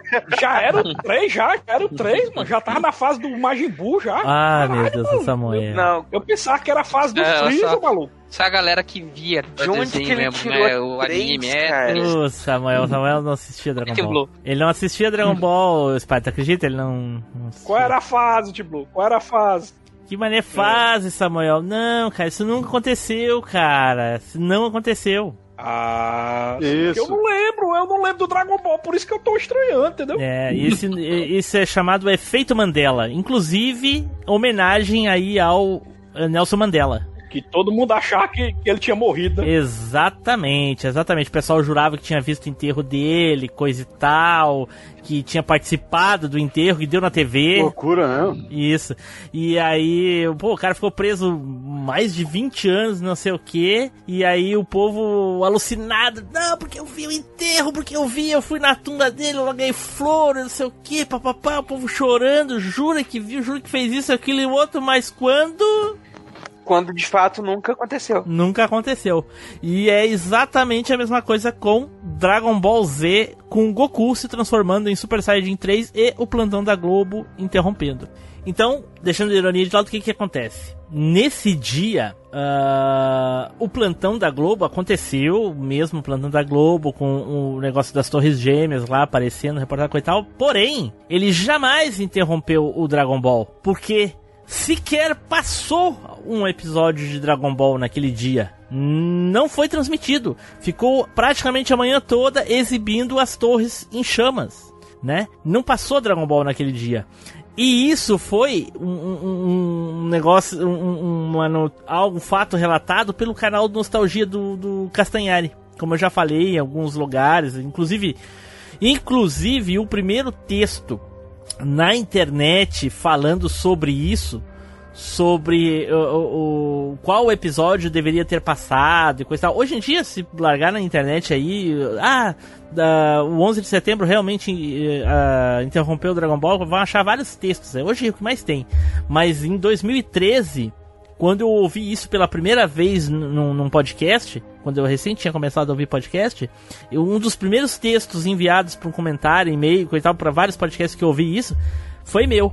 Já era o três, já. Já era o três, mano. Já tava na fase do Majin Buu, já. Ah, Caralho, meu Deus, mano. essa mulher. Não. Eu pensava que era a fase do É, Freeza, só- maluco. Essa é a galera que via De onde que ele mesmo, tirou né? O três, anime, é. cara? Ô, Samuel, Samuel não assistia Dragon Team Ball. Blue. Ele não assistia Dragon Ball, Spy, tu acredita? Ele não... não assistia. Qual era a fase, T-Blue? Qual era a fase? Que mané fase, Samuel? Não, cara, isso nunca aconteceu, cara. Isso não aconteceu. Ah, Isso. eu não lembro, eu não lembro do Dragon Ball, por isso que eu tô estranhando, entendeu? É, esse, esse é chamado efeito Mandela. Inclusive, homenagem aí ao Nelson Mandela. Que todo mundo achava que, que ele tinha morrido, né? Exatamente, exatamente. O pessoal jurava que tinha visto o enterro dele, coisa e tal, que tinha participado do enterro, que deu na T V. Loucura, né? Isso. E aí, pô, o cara ficou preso mais de vinte anos, não sei o quê. E aí o povo alucinado. Não, porque eu vi o enterro, porque eu vi, eu fui na tumba dele, eu larguei flores, não sei o quê, papapá. O povo chorando, jura que viu, jura que fez isso, aquilo e o outro, mas quando... Quando de fato nunca aconteceu. Nunca aconteceu. E é exatamente a mesma coisa com Dragon Ball Z, com Goku se transformando em Super Saiyajin três e o plantão da Globo interrompendo. Então, deixando a ironia de lado, o que que acontece? Nesse dia, uh, o plantão da Globo aconteceu, mesmo o plantão da Globo, com o negócio das Torres Gêmeas lá aparecendo, reportagem e tal. Porém, ele jamais interrompeu o Dragon Ball, porque sequer passou um episódio de Dragon Ball naquele dia. Não foi transmitido. Ficou praticamente a manhã toda exibindo as torres em chamas, né? Não passou Dragon Ball naquele dia. E isso foi um, um, um negócio, um, um, um, algo, um fato relatado pelo canal Nostalgia do, do Castanhari. Como eu já falei em alguns lugares, inclusive, inclusive o primeiro texto na internet falando sobre isso, sobre o, o, o qual episódio deveria ter passado e coisa e tal. Hoje em dia, se largar na internet aí, ah, da, o onze de setembro realmente uh, interrompeu o Dragon Ball, vão achar vários textos. Hoje é o que mais tem. Mas em dois mil e treze, quando eu ouvi isso pela primeira vez num, num podcast, quando eu recém tinha começado a ouvir podcast, eu, um dos primeiros textos enviados para um comentário, e-mail, coisa e tal, para vários podcasts que eu ouvi isso, foi meu.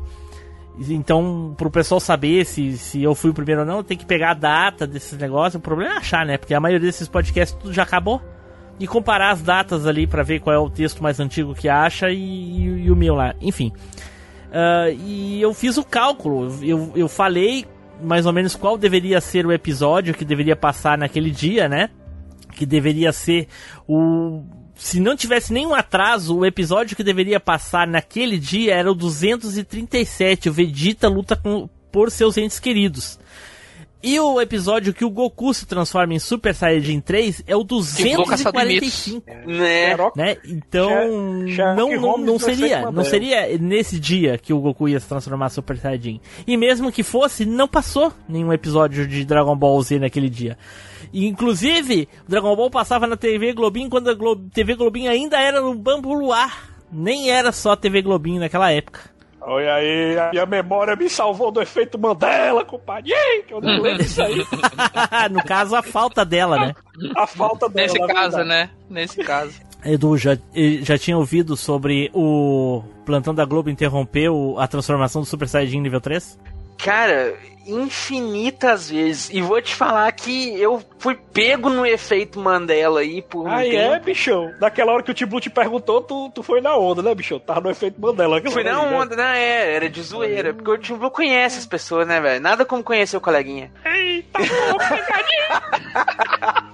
Então, pro pessoal saber se, se eu fui o primeiro ou não, tem que pegar a data desses negócios. O problema é achar, né? Porque a maioria desses podcasts tudo já acabou. E comparar as datas ali pra ver qual é o texto mais antigo que acha e, e, e o meu lá. Enfim. Uh, e eu fiz o cálculo. Eu, eu falei mais ou menos qual deveria ser o episódio que deveria passar naquele dia, né? Que deveria ser o... Se não tivesse nenhum atraso, o episódio que deveria passar naquele dia era o duzentos e trinta e sete, o Vegeta luta com, por seus entes queridos. E o episódio que o Goku se transforma em Super Saiyajin três é o duzentos e quarenta e cinco. Né? Né? Então, Sher- não, Sherlock não, Holmes não do seria, efeito não Mandela. seria nesse dia que o Goku ia se transformar em Super Saiyajin. E mesmo que fosse, não passou nenhum episódio de Dragon Ball Z naquele dia. E, inclusive, o Dragon Ball passava na T V Globinho quando a Glo- T V Globinho ainda era no Bambu Luar. Nem era só T V Globinho naquela época. Olha aí, a minha memória me salvou do efeito Mandela, compadre. Ih, que eu não lembro disso aí. No caso, a falta dela, né? A falta dela. Nesse na caso, verdade. né? Nesse caso. Edu, já, já tinha ouvido sobre o plantão da Globo interromper o- a transformação do Super Saiyajin nível três? Cara, infinitas vezes. E vou te falar que eu fui pego no efeito Mandela aí por um Aí tempo. é, bichão. Naquela hora que o Tim Blue te perguntou, tu, tu foi na onda, né, bichão? Tava no efeito Mandela. Fui na hora, onda, né? É, era de zoeira. Porque o Tim Blue conhece as pessoas, né, velho? Nada como conhecer o coleguinha. Eita, pô, pegadinha!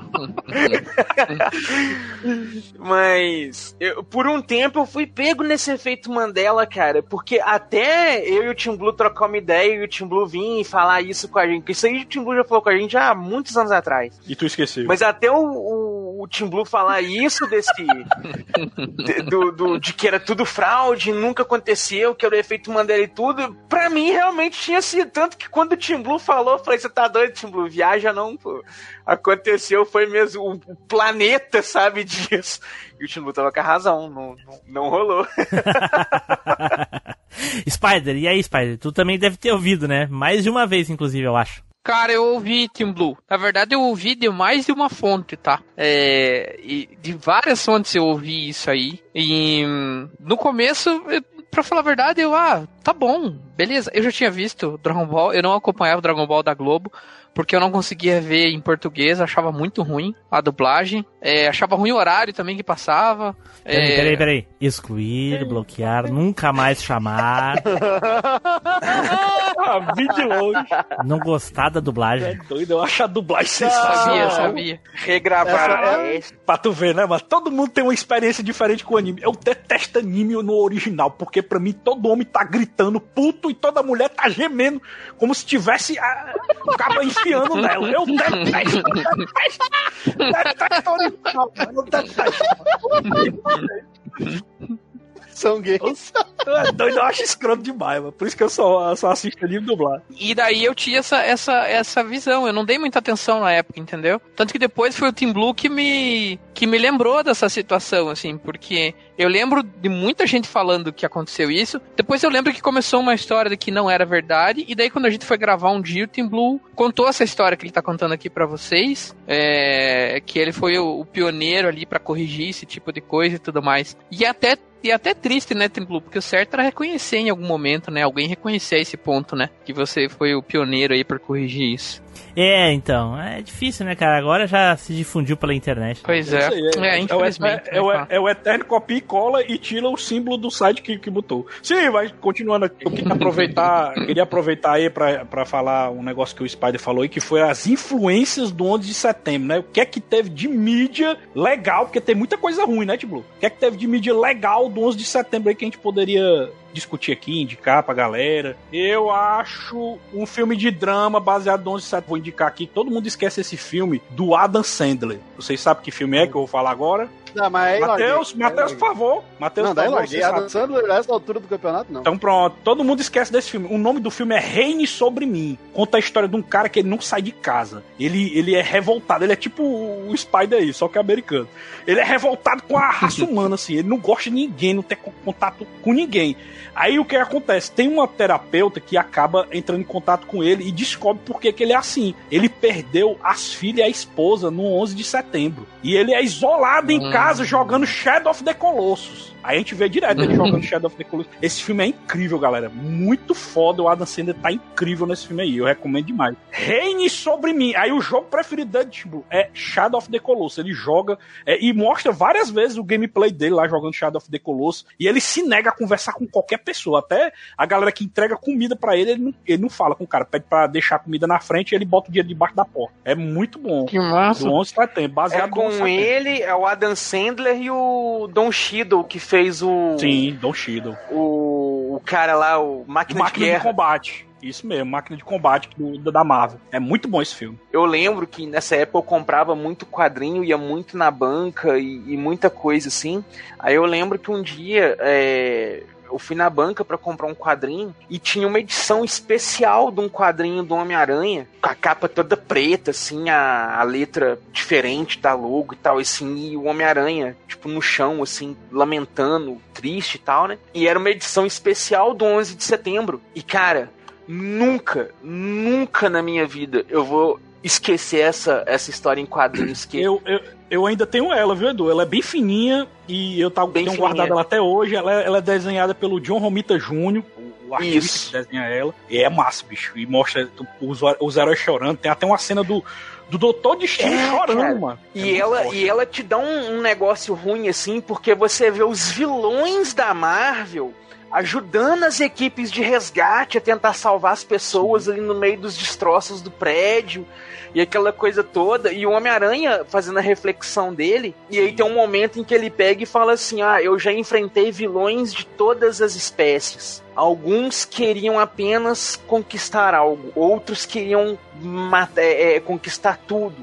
Mas eu, por um tempo eu fui pego nesse efeito Mandela, cara, porque até eu e o Tim Blue trocar uma ideia e o Tim Blue vir e falar isso com a gente, porque isso aí o Tim Blue já falou com a gente já há muitos anos atrás. E tu esqueceu. Mas até o, o, o Tim Blue falar isso desse de, do, do, de que era tudo fraude, nunca aconteceu, que era o efeito Mandela e tudo, pra mim realmente tinha sido, tanto que quando o Tim Blue falou, eu falei, você tá doido, Tim Blue? Viaja não, pô. Aconteceu, foi mesmo, o, o planeta sabe disso. E o Tim Blue tava com a razão, não, não, não rolou. Spider, e aí, Spider? Tu também deve ter ouvido, né? Mais de uma vez, inclusive, eu acho. Cara, eu ouvi Tim Blue. Na verdade, eu ouvi de mais de uma fonte, tá? É, e de várias fontes eu ouvi isso aí. E no começo, eu, pra falar a verdade, eu, ah, tá bom, beleza. Eu já tinha visto Dragon Ball, eu não acompanhava o Dragon Ball da Globo, porque eu não conseguia ver em português, achava muito ruim a dublagem. É, achava ruim o horário também que passava. Peraí, é... peraí, peraí. Excluir, bloquear, nunca mais chamar. Ah, vim de longe. Não gostar da dublagem. É doido, eu acho a dublagem Sabia, sensacional. sabia. Regravar. É, pra tu ver, né, mas todo mundo tem uma experiência diferente com o anime. Eu detesto anime no original, porque pra mim todo homem tá gritando puto e toda mulher tá gemendo, como se tivesse a... o cabo enfiando nela. Eu detesto, eu detesto, detesto original, eu detesto. São gays. É doido, eu acho escroto demais, mano. Por isso que eu só, só assisto anime dublado. E daí eu tinha essa, essa, essa visão, eu não dei muita atenção na época, entendeu? Tanto que depois foi o Tim Blue que me, que me lembrou dessa situação, assim, porque eu lembro de muita gente falando que aconteceu isso, depois eu lembro que começou uma história de que não era verdade, e daí quando a gente foi gravar um dia, o Tim Blue contou essa história que ele tá contando aqui pra vocês, é, que ele foi o, o pioneiro ali pra corrigir esse tipo de coisa e tudo mais. E até E até triste, né, Tim Blue? Porque o certo era reconhecer em algum momento, né? Alguém reconhecer esse ponto, né? Que você foi o pioneiro aí pra corrigir isso. É, então, é difícil, né, cara? Agora já se difundiu pela internet. Pois é, é, é, é infelizmente. É o, é, é o eterno copia e cola e tira o símbolo do site que, que botou. Sim, mas continuando aqui, eu queria aproveitar, queria aproveitar aí pra, pra falar um negócio que o Spider falou aí, que foi as influências do onze de setembro, né? O que é que teve de mídia legal, porque tem muita coisa ruim, né, Tim Blue? O que é que teve de mídia legal do onze de setembro aí que a gente poderia discutir aqui, indicar pra galera? Eu acho um filme de drama baseado no onze de setembro. Vou indicar aqui, todo mundo esquece esse filme do Adam Sandler. Vocês sabem que filme é que eu vou falar agora? Não, mas Matheus, Matheus, por favor. Matheus, não, por daí favor. larguei. Adam Sandler nessa altura do campeonato, não. Então pronto, todo mundo esquece desse filme. O nome do filme é Reine Sobre Mim. Conta a história de um cara que ele não sai de casa. Ele, ele é revoltado, ele é tipo o Spider aí, só que é americano. Ele é revoltado com a raça humana, assim. Ele não gosta de ninguém, não tem contato com ninguém. Aí o que acontece? Tem uma terapeuta que acaba entrando em contato com ele e descobre por que, que ele é assim. Ele perdeu as filhas e a esposa no onze de setembro. E ele é isolado em casa jogando Shadow of the Colossus. Aí a gente vê direto ele jogando Shadow of the Colossus. Esse filme é incrível, galera. Muito foda. O Adam Sandler tá incrível nesse filme aí. Eu recomendo demais. Reine Sobre Mim. Aí o jogo preferido dele, tipo, é Shadow of the Colossus. Ele joga é, e mostra várias vezes o gameplay dele lá jogando Shadow of the Colossus. E ele se nega a conversar com qualquer pessoa. Até a galera que entrega comida pra ele, ele não, ele não fala com o cara. Pede pra deixar a comida na frente e ele bota o dinheiro debaixo da porta. É muito bom. Que massa. Do onze de setembro. Baseado É com ele, é o Adam Sandler e o Don Cheadle que fez o... Sim, Don Cheadle. O, o cara lá, o Máquina, Máquina de Guerra. de Combate. Isso mesmo, Máquina de Combate do, da Marvel. É muito bom esse filme. Eu lembro que nessa época eu comprava muito quadrinho, ia muito na banca e, e muita coisa assim. Aí eu lembro que um dia... É... eu fui na banca pra comprar um quadrinho e tinha uma edição especial de um quadrinho do Homem-Aranha, com a capa toda preta, assim, a, a letra diferente da logo e tal, assim, e o Homem-Aranha, tipo, no chão, assim, lamentando, triste e tal, né? E era uma edição especial do onze de setembro. E, cara, nunca, nunca na minha vida eu vou esquecer essa, essa história em quadrinhos que... Eu, eu, eu ainda tenho ela, viu, Edu? Ela é bem fininha e eu tá, tenho fininha. guardado ela até hoje. Ela é, ela é desenhada pelo John Romita Júnior o artista Isso. que desenha ela. E é massa, bicho. E mostra os, os heróis chorando. Tem até uma cena do, do Doutor Destino é, chorando, cara. mano. E, é ela, e ela te dá um, um negócio ruim, assim, porque você vê os vilões da Marvel ajudando as equipes de resgate a tentar salvar as pessoas Sim. ali no meio dos destroços do prédio e aquela coisa toda, e o Homem-Aranha fazendo a reflexão dele, e aí tem um momento em que ele pega e fala assim, ah, eu já enfrentei vilões de todas as espécies. Alguns queriam apenas conquistar algo, outros queriam matar, é, conquistar tudo.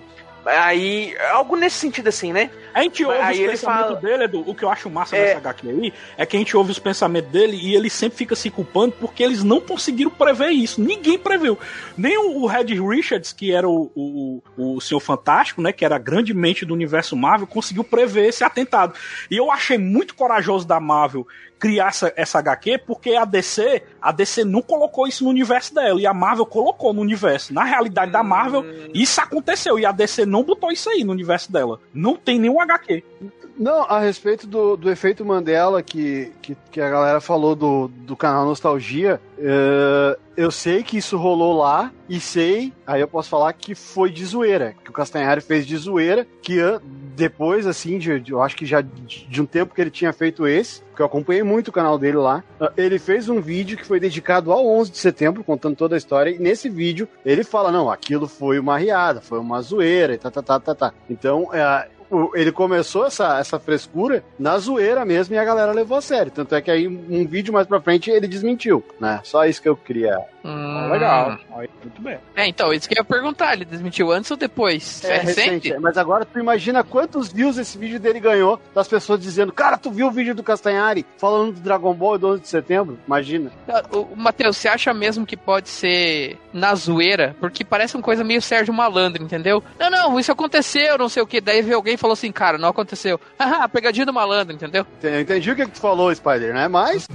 Aí, algo nesse sentido assim, né? A gente ouve aí os pensamentos fala... dele, Edu, o que eu acho massa é... dessa H Q aí, é que a gente ouve os pensamentos dele e ele sempre fica se culpando porque eles não conseguiram prever isso. Ninguém preveu. Nem o, o Reed Richards, que era o, o, o Senhor Fantástico, né, que era a grande mente do universo Marvel, conseguiu prever esse atentado. E eu achei muito corajoso da Marvel criar essa, essa H Q, porque a D C, a D C não colocou isso no universo dela, e a Marvel colocou no universo. Na realidade da Marvel, isso aconteceu, e a D C não botou isso aí no universo dela. Não tem nenhum H Q. Não, a respeito do, do efeito Mandela que, que, que a galera falou do, do canal Nostalgia, uh, eu sei que isso rolou lá e sei, aí eu posso falar que foi de zoeira, que o Castanhari fez de zoeira, que depois, assim, de, de, eu acho que já de, de um tempo que ele tinha feito esse, porque eu acompanhei muito o canal dele lá, uh, ele fez um vídeo que foi dedicado ao onze de setembro, contando toda a história, e nesse vídeo ele fala, não, aquilo foi uma riada, foi uma zoeira, e tá, tá, tá, tá, tá. Então, uh, ele começou essa, essa frescura na zoeira mesmo e a galera levou a sério. Tanto é que aí um vídeo mais pra frente ele desmentiu, né? Só isso que eu queria. Hum. Legal. Muito bem. É, então, isso que eu ia perguntar. Ele desmentiu antes ou depois? É, é recente? recente? Mas agora tu imagina quantos views esse vídeo dele ganhou das pessoas dizendo, cara, tu viu o vídeo do Castanhari falando do Dragon Ball do onze de setembro? Imagina. O Matheus, você acha mesmo que pode ser na zoeira? Porque parece uma coisa meio Sérgio Malandro, entendeu? Não, não, isso aconteceu, não sei o que. Daí veio alguém e falou assim, cara, não aconteceu. Haha, pegadinha do malandro, entendeu? Eu entendi o que, que tu falou, Spider, né? Mas...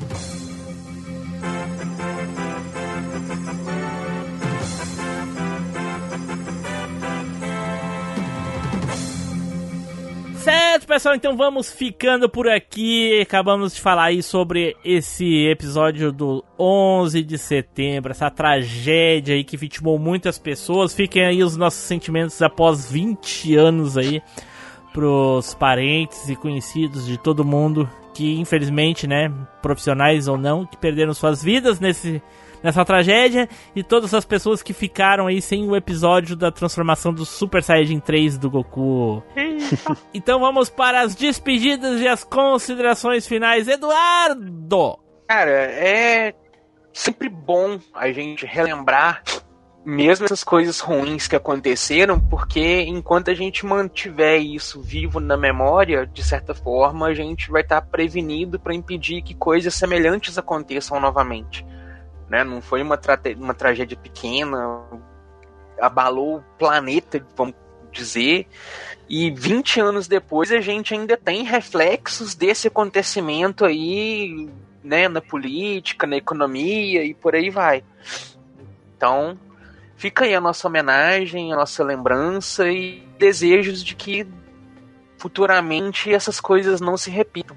Certo, pessoal, então vamos ficando por aqui. Acabamos de falar aí sobre esse episódio do onze de setembro, essa tragédia aí que vitimou muitas pessoas. Fiquem aí os nossos sentimentos após vinte anos aí pros parentes e conhecidos de todo mundo que, infelizmente, né, profissionais ou não, que perderam suas vidas nesse, nessa tragédia, e todas as pessoas que ficaram aí sem o episódio da transformação do Super Saiyajin três do Goku. Então vamos para as despedidas e as considerações finais. Eduardo! Cara, é sempre bom a gente relembrar mesmo essas coisas ruins que aconteceram, porque enquanto a gente mantiver isso vivo na memória, de certa forma, a gente vai estar prevenido para impedir que coisas semelhantes aconteçam novamente. Né? Não foi uma, tra- uma tragédia pequena, abalou o planeta, vamos dizer, e vinte anos depois a gente ainda tem reflexos desse acontecimento aí, né, na política, na economia e por aí vai. Então, fica aí a nossa homenagem, a nossa lembrança e desejos de que futuramente essas coisas não se repitam.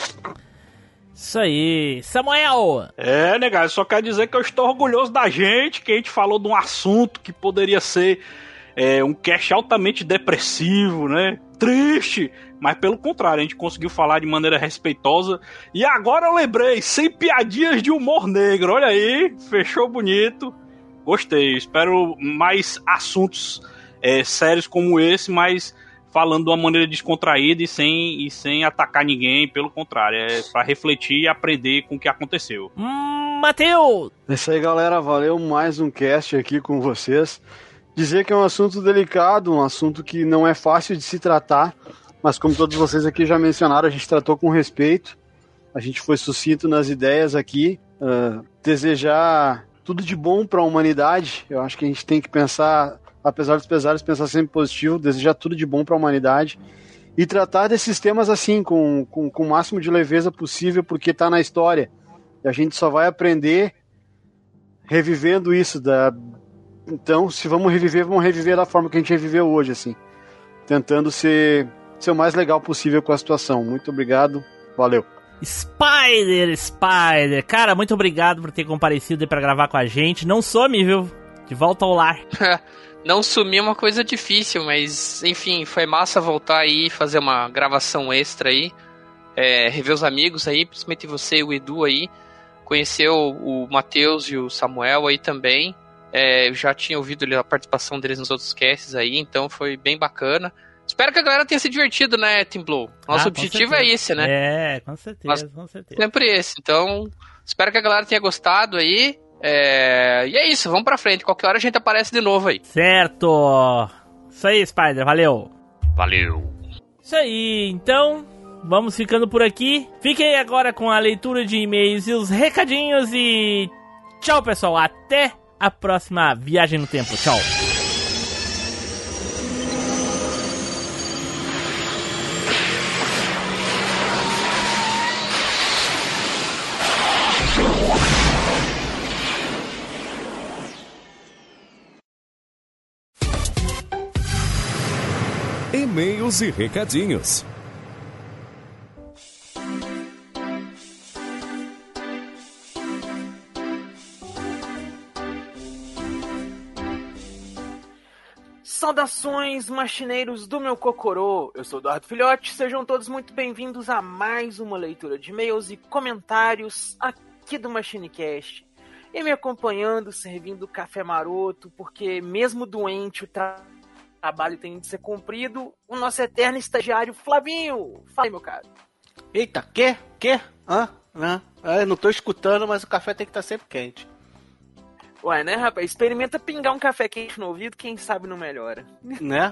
Isso aí, Samuel! É, negado, só quero dizer que eu estou orgulhoso da gente, que a gente falou de um assunto que poderia ser é, um cast altamente depressivo, né? Triste, mas pelo contrário, a gente conseguiu falar de maneira respeitosa. E agora eu lembrei, sem piadinhas de humor negro, olha aí, fechou bonito. Gostei, espero mais assuntos é, sérios como esse, mas falando de uma maneira descontraída e sem, e sem atacar ninguém, pelo contrário, é para refletir e aprender com o que aconteceu. Hum, Matheus! É isso aí, galera, valeu mais um cast aqui com vocês. Dizer que é um assunto delicado, um assunto que não é fácil de se tratar, mas como todos vocês aqui já mencionaram, a gente tratou com respeito, a gente foi sucinto nas ideias aqui, uh, desejar tudo de bom para a humanidade. Eu acho que a gente tem que pensar, apesar dos pesares, pensar sempre positivo, desejar tudo de bom para a humanidade e tratar desses temas assim, com, com, com o máximo de leveza possível, porque está na história. E a gente só vai aprender revivendo isso. Da... Então, se vamos reviver, vamos reviver da forma que a gente reviveu hoje, assim, tentando ser, ser o mais legal possível com a situação. Muito obrigado, valeu. Spider, Spider. Cara, muito obrigado por ter comparecido aí pra gravar com a gente. Não some, viu? De volta ao lar. Não sumir é uma coisa difícil, mas enfim, foi massa voltar aí, fazer uma gravação extra aí, é, rever os amigos aí, principalmente você e o Edu aí, conhecer o, o Matheus e o Samuel aí também, é, eu já tinha ouvido a participação deles nos outros casts aí, então foi bem bacana. Espero que a galera tenha se divertido, né, Team Blue? Nosso ah, objetivo é esse, né? É, com certeza, Mas com certeza. Sempre esse, então espero que a galera tenha gostado aí. É... E é isso, vamos pra frente. Qualquer hora a gente aparece de novo aí. Certo. Isso aí, Spider, valeu. Valeu. Isso aí, então vamos ficando por aqui. Fiquem agora com a leitura de e-mails e os recadinhos e tchau, pessoal. Até a próxima viagem no tempo. Tchau. E-mails e recadinhos. Saudações, machineiros do meu cocorô. Eu sou o Eduardo Filhote. Sejam todos muito bem-vindos a mais uma leitura de e-mails e comentários aqui do MachineCast. E me acompanhando, servindo café maroto, porque mesmo doente o trabalho trabalho tem de ser cumprido, o nosso eterno estagiário Flavinho. Fala aí, meu caro. Eita, quê? Quê? Hã? Hã? Ah, eu não tô escutando, mas o café tem que estar sempre quente. Ué, né, rapaz? Experimenta pingar um café quente no ouvido, quem sabe não melhora. Né?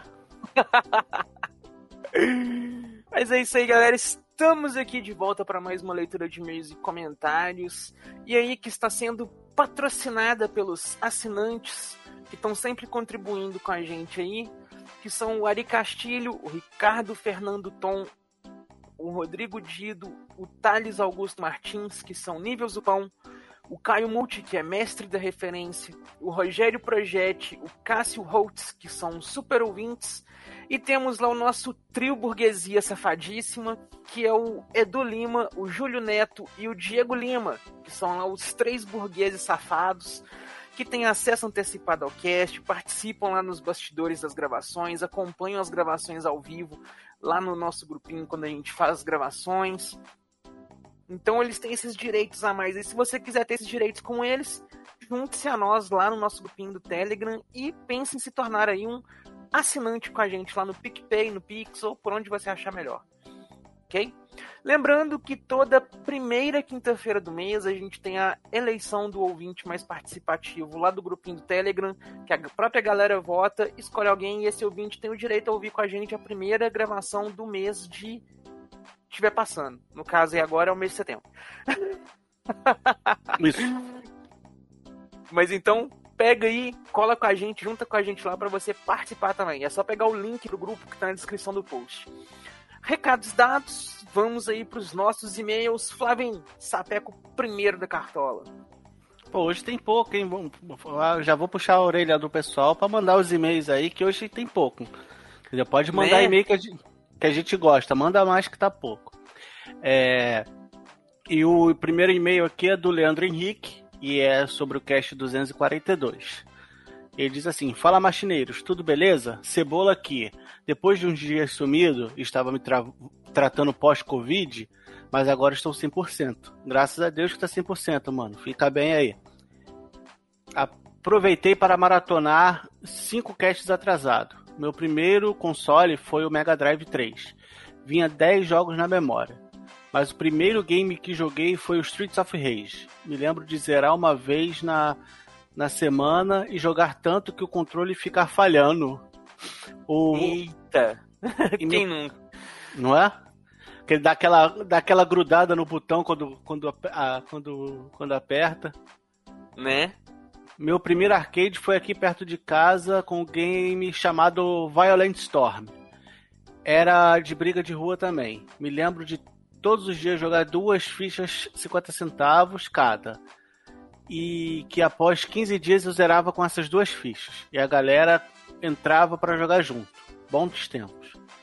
Mas é isso aí, galera. Estamos aqui de volta para mais uma leitura de e-mails e comentários. E aí, que está sendo patrocinada pelos assinantes que estão sempre contribuindo com a gente aí, que são o Ari Castilho, o Ricardo Fernando Tom, o Rodrigo Dido, o Thales Augusto Martins, que são níveis do pão, o Caio Multi, que é mestre da referência, o Rogério Projetti, o Cássio Holtz, que são super ouvintes, e temos lá o nosso trio burguesia safadíssima, que é o Edu Lima, o Júlio Neto e o Diego Lima, que são lá os três burgueses safados, que têm acesso antecipado ao cast, participam lá nos bastidores das gravações, acompanham as gravações ao vivo lá no nosso grupinho quando a gente faz as gravações. Então eles têm esses direitos a mais. E se você quiser ter esses direitos com eles, junte-se a nós lá no nosso grupinho do Telegram e pense em se tornar aí um assinante com a gente lá no PicPay, no Pix ou por onde você achar melhor. Ok? Lembrando que toda primeira quinta-feira do mês a gente tem a eleição do ouvinte mais participativo lá do grupinho do Telegram, que a própria galera vota, escolhe alguém e esse ouvinte tem o direito a ouvir com a gente a primeira gravação do mês de estiver passando. No caso, aí agora é o mês de setembro. Isso. Mas então, pega aí, cola com a gente, junta com a gente lá para você participar também. É só pegar o link pro grupo que tá na descrição do post. Recados dados, vamos aí pros nossos e-mails. Flavinho, sapeca o primeiro da cartola. Pô, hoje tem pouco, hein? Já vou puxar a orelha do pessoal pra mandar os e-mails aí, que hoje tem pouco. Entendeu? Pode mandar né? e-mail que a, gente, que a gente gosta, manda mais que tá pouco. É... E o primeiro e-mail aqui é do Leandro Henrique, e é sobre o cast duzentos e quarenta e dois. Ele diz assim: fala machineiros, tudo beleza? Cebola aqui. Depois de uns dias sumido, estava me tra- tratando pós-Covid, mas agora estou cem por cento. Graças a Deus que está cem por cento, mano. Fica bem aí. Aproveitei para maratonar cinco casts atrasados. Meu primeiro console foi o Mega Drive três. Vinha dez jogos na memória. Mas o primeiro game que joguei foi o Streets of Rage. Me lembro de zerar uma vez na, na semana e jogar tanto que o controle fica falhando. O... Eita! Quem meu... nunca? Não é? Que ele dá aquela, dá aquela grudada no botão quando, quando, a, quando, quando aperta. Né? Meu primeiro arcade foi aqui perto de casa com um game chamado Violent Storm. Era de briga de rua também. Me lembro de todos os dias jogar duas fichas cinquenta centavos cada. E que após quinze dias eu zerava com essas duas fichas. E a galera entrava para jogar junto. Bons tempos.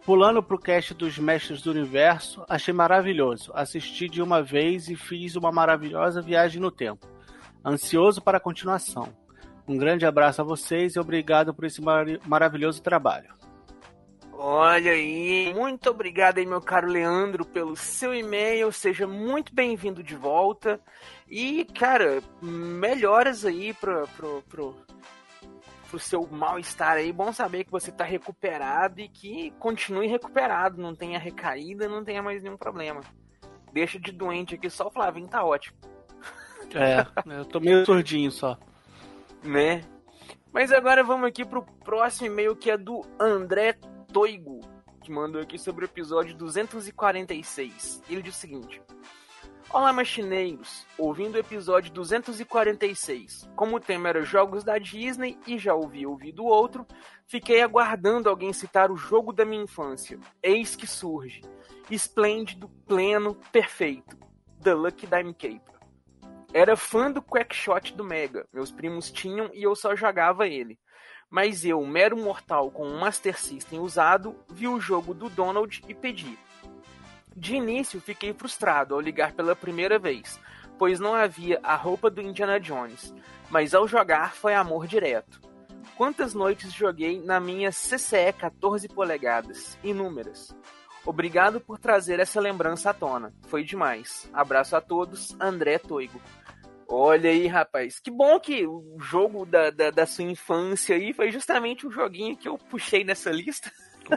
Pulando pro cast dos Mestres do Universo, achei maravilhoso. Assisti de uma vez e fiz uma maravilhosa viagem no tempo. Ansioso para a continuação. Um grande abraço a vocês e obrigado por esse mar- maravilhoso trabalho. Olha aí, muito obrigado aí, meu caro Leandro, pelo seu e-mail. Seja muito bem-vindo de volta. E, cara, melhoras aí pro, pro, pro, pro seu mal-estar aí. Bom saber que você tá recuperado e que continue recuperado. Não tenha recaída, não tenha mais nenhum problema. Deixa de doente aqui, só o Flavinho tá ótimo. É, eu tô meio surdinho só. Né? Mas agora vamos aqui pro próximo e-mail, que é do André Toigo, que mandou aqui sobre o episódio duzentos e quarenta e seis. Ele diz o seguinte: olá, machineiros, ouvindo o episódio duzentos e quarenta e seis. Como o tema era jogos da Disney e já ouvi ouvir do outro, fiquei aguardando alguém citar o jogo da minha infância. Eis que surge. Esplêndido, pleno, perfeito. The Lucky Dime Caper. Era fã do Quackshot do Mega. Meus primos tinham e eu só jogava ele. Mas eu, mero mortal com um Master System usado, vi o jogo do Donald e pedi. De início, fiquei frustrado ao ligar pela primeira vez, pois não havia a roupa do Indiana Jones, mas ao jogar foi amor direto. Quantas noites joguei na minha C C E quatorze polegadas? Inúmeras. Obrigado por trazer essa lembrança à tona. Foi demais. Abraço a todos, André Toigo. Olha aí, rapaz. Que bom que o jogo da, da, da sua infância aí foi justamente o joguinho que eu puxei nessa lista.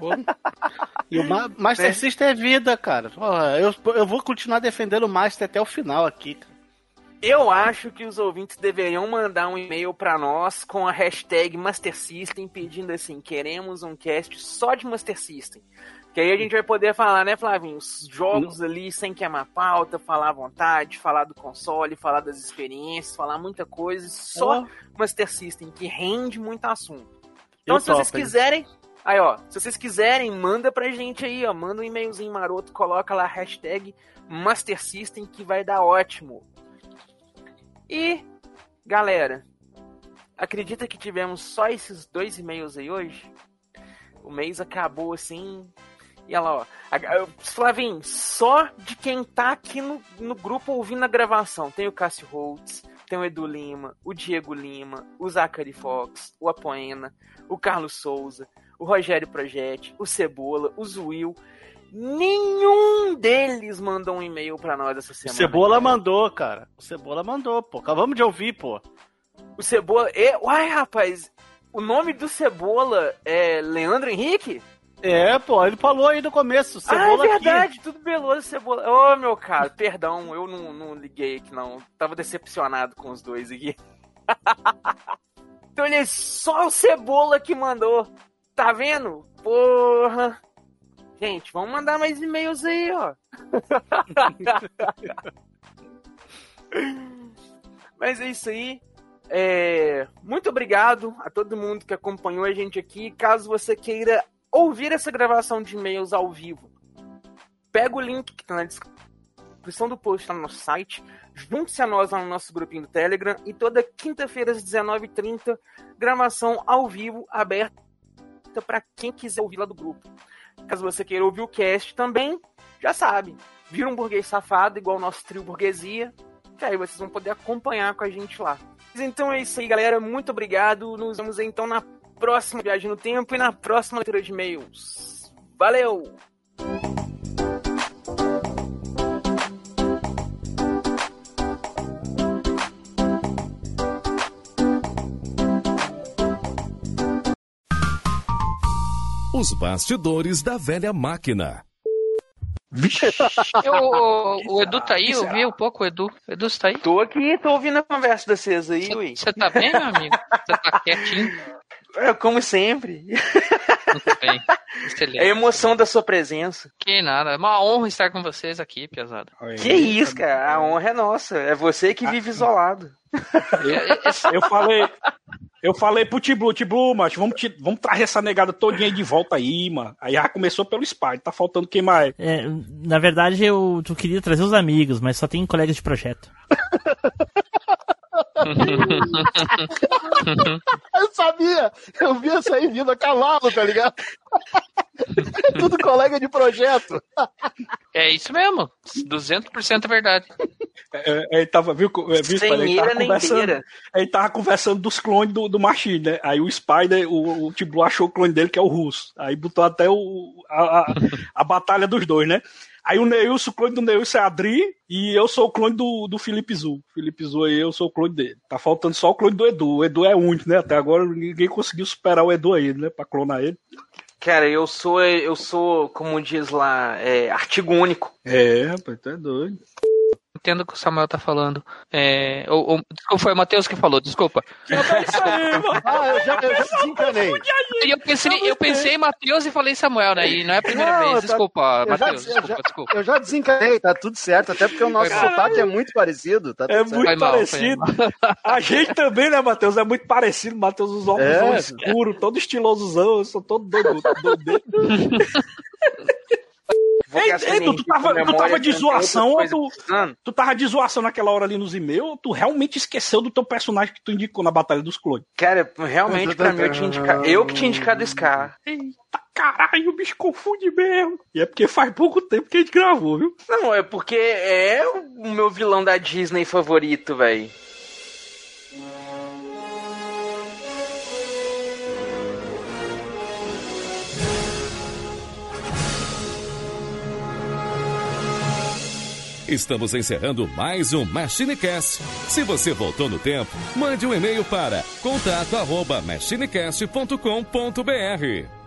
E o Ma- Master é. System é vida, cara. Porra, eu, eu vou continuar defendendo o Master até o final aqui, cara. Eu acho que os ouvintes deveriam mandar um e-mail pra nós com a hashtag Master System pedindo assim, queremos um cast só de Master System. Que aí a gente vai poder falar, né, Flavinho? Os jogos Não. ali sem queimar pauta, falar à vontade, falar do console, falar das experiências, falar muita coisa. Só oh. Master System, que rende muito assunto. Então, eu se top, vocês quiserem... Aí, ó, se vocês quiserem, manda pra gente aí, ó. Manda um e-mailzinho maroto, coloca lá a hashtag Master System, que vai dar ótimo. E, galera, acredita que tivemos só esses dois e-mails aí hoje? O mês acabou assim... E olha lá, ó. Flavinho, só de quem tá aqui no, no grupo ouvindo a gravação. Tem o Cássio Holtz, tem o Edu Lima, o Diego Lima, o Zachary Fox, o Apoena, o Carlos Souza, o Rogério Projetti, o Cebola, o Zuil. Nenhum deles mandou um e-mail pra nós essa semana. O Cebola cara. mandou, cara. O Cebola mandou, pô. Acabamos de ouvir, pô. O Cebola... E... Uai, rapaz, o nome do Cebola é Leandro Henrique? É, pô, ele falou aí no começo, Cebola. Ah, é verdade, aqui. Tudo beloso, Cebola. Ô, oh, meu caro, perdão, eu não, não liguei aqui, não. Tava decepcionado com os dois aqui. Então ele é só o Cebola que mandou. Tá vendo? Porra. Gente, vamos mandar mais e-mails aí, ó. Mas é isso aí. É... Muito obrigado a todo mundo que acompanhou a gente aqui. Caso você queira ouvir essa gravação de e-mails ao vivo, pega o link que tá na descrição do post lá no nosso site, junte-se a nós lá no nosso grupinho do Telegram e toda quinta-feira às dezenove e trinta, gravação ao vivo aberta para quem quiser ouvir lá do grupo. Caso você queira ouvir o cast também, já sabe, vira um burguês safado igual o nosso trio Burguesia, que aí vocês vão poder acompanhar com a gente lá. Então é isso aí, galera, muito obrigado, nos vemos então na próxima viagem no tempo e na próxima leitura de e-mails. Valeu! Os bastidores da velha máquina. Eu, o, o Edu tá aí? Eu vi um pouco o Edu. O Edu tá aí? Tô aqui, tô ouvindo a conversa de vocês aí, ui. Você tá bem, meu amigo? Você tá quietinho? É, como sempre. Muito bem. Excelente. É a emoção da sua presença. Que nada. É uma honra estar com vocês aqui, piazada. Que isso, cara. A honra é nossa. É você que vive isolado. Eu, eu falei... Eu falei pro T-Blue, T-Blue, macho, vamos, te, vamos trazer essa negada todinha aí de volta aí, mano. Aí já começou pelo Spy, tá faltando quem mais? É, na verdade, eu tu queria trazer os amigos, mas só tem colegas de projeto. Eu sabia! Eu vi essa aí vindo a cavalo, tá ligado? É tudo colega de projeto. É isso mesmo. duzentos por cento verdade. É, ele tava, viu, viu Sem ele tava ira nem conversando, beira. ele tava conversando dos clones do, do Machine, né? Aí o Spider, o, o T-Blue achou o clone dele, que é o russo. Aí botou até o, a, a, a batalha dos dois, né? Aí o Neilson, o clone do Neilson é a Adri, e eu sou o clone do, do Felipe Zu. Felipe Zu aí, eu sou o clone dele. Tá faltando só o clone do Edu. O Edu é único, né? Até agora ninguém conseguiu superar o Edu aí, né? Pra clonar ele. Cara, eu sou, eu sou, como diz lá, é, artigo único. É, rapaz, tu é doido. Entendo o que o Samuel tá falando. É, o, o, desculpa, foi o Matheus que falou, desculpa. É isso aí, mano. Ah, eu já, eu já desencanei. E eu pensei, eu pensei em Matheus e falei Samuel, né? E não é a primeira Não, vez. tá- Desculpa, eu já- Matheus. eu Desculpa, já- desculpa. Eu já desencanei, tá tudo certo. Até porque o nosso Foi mal. sotaque é muito parecido. Tá tudo É certo. muito Foi mal, parecido. A gente também, né, Matheus? É muito parecido. Matheus usa óculos É. escuros, todo estilosozão. Eu sou todo doido. doido. Vou Ei, gastar ei, tu, tu energia tava, com tu memória, tava de tem zoação ou outra tu, coisa precisando. tu tava de zoação naquela hora ali nos e-mails ou tu realmente esqueceu do teu personagem que tu indicou na Batalha dos Clones? Cara, realmente, pra mim, eu tinha indicado. Eu que tinha indicado esse cara. Eita caralho, o bicho confunde mesmo. E é porque faz pouco tempo que a gente gravou, viu? Não, é porque é o meu vilão da Disney favorito, velho. Estamos encerrando mais um MachineCast. Se você voltou no tempo, mande um e-mail para contato arroba machinecast ponto com ponto br.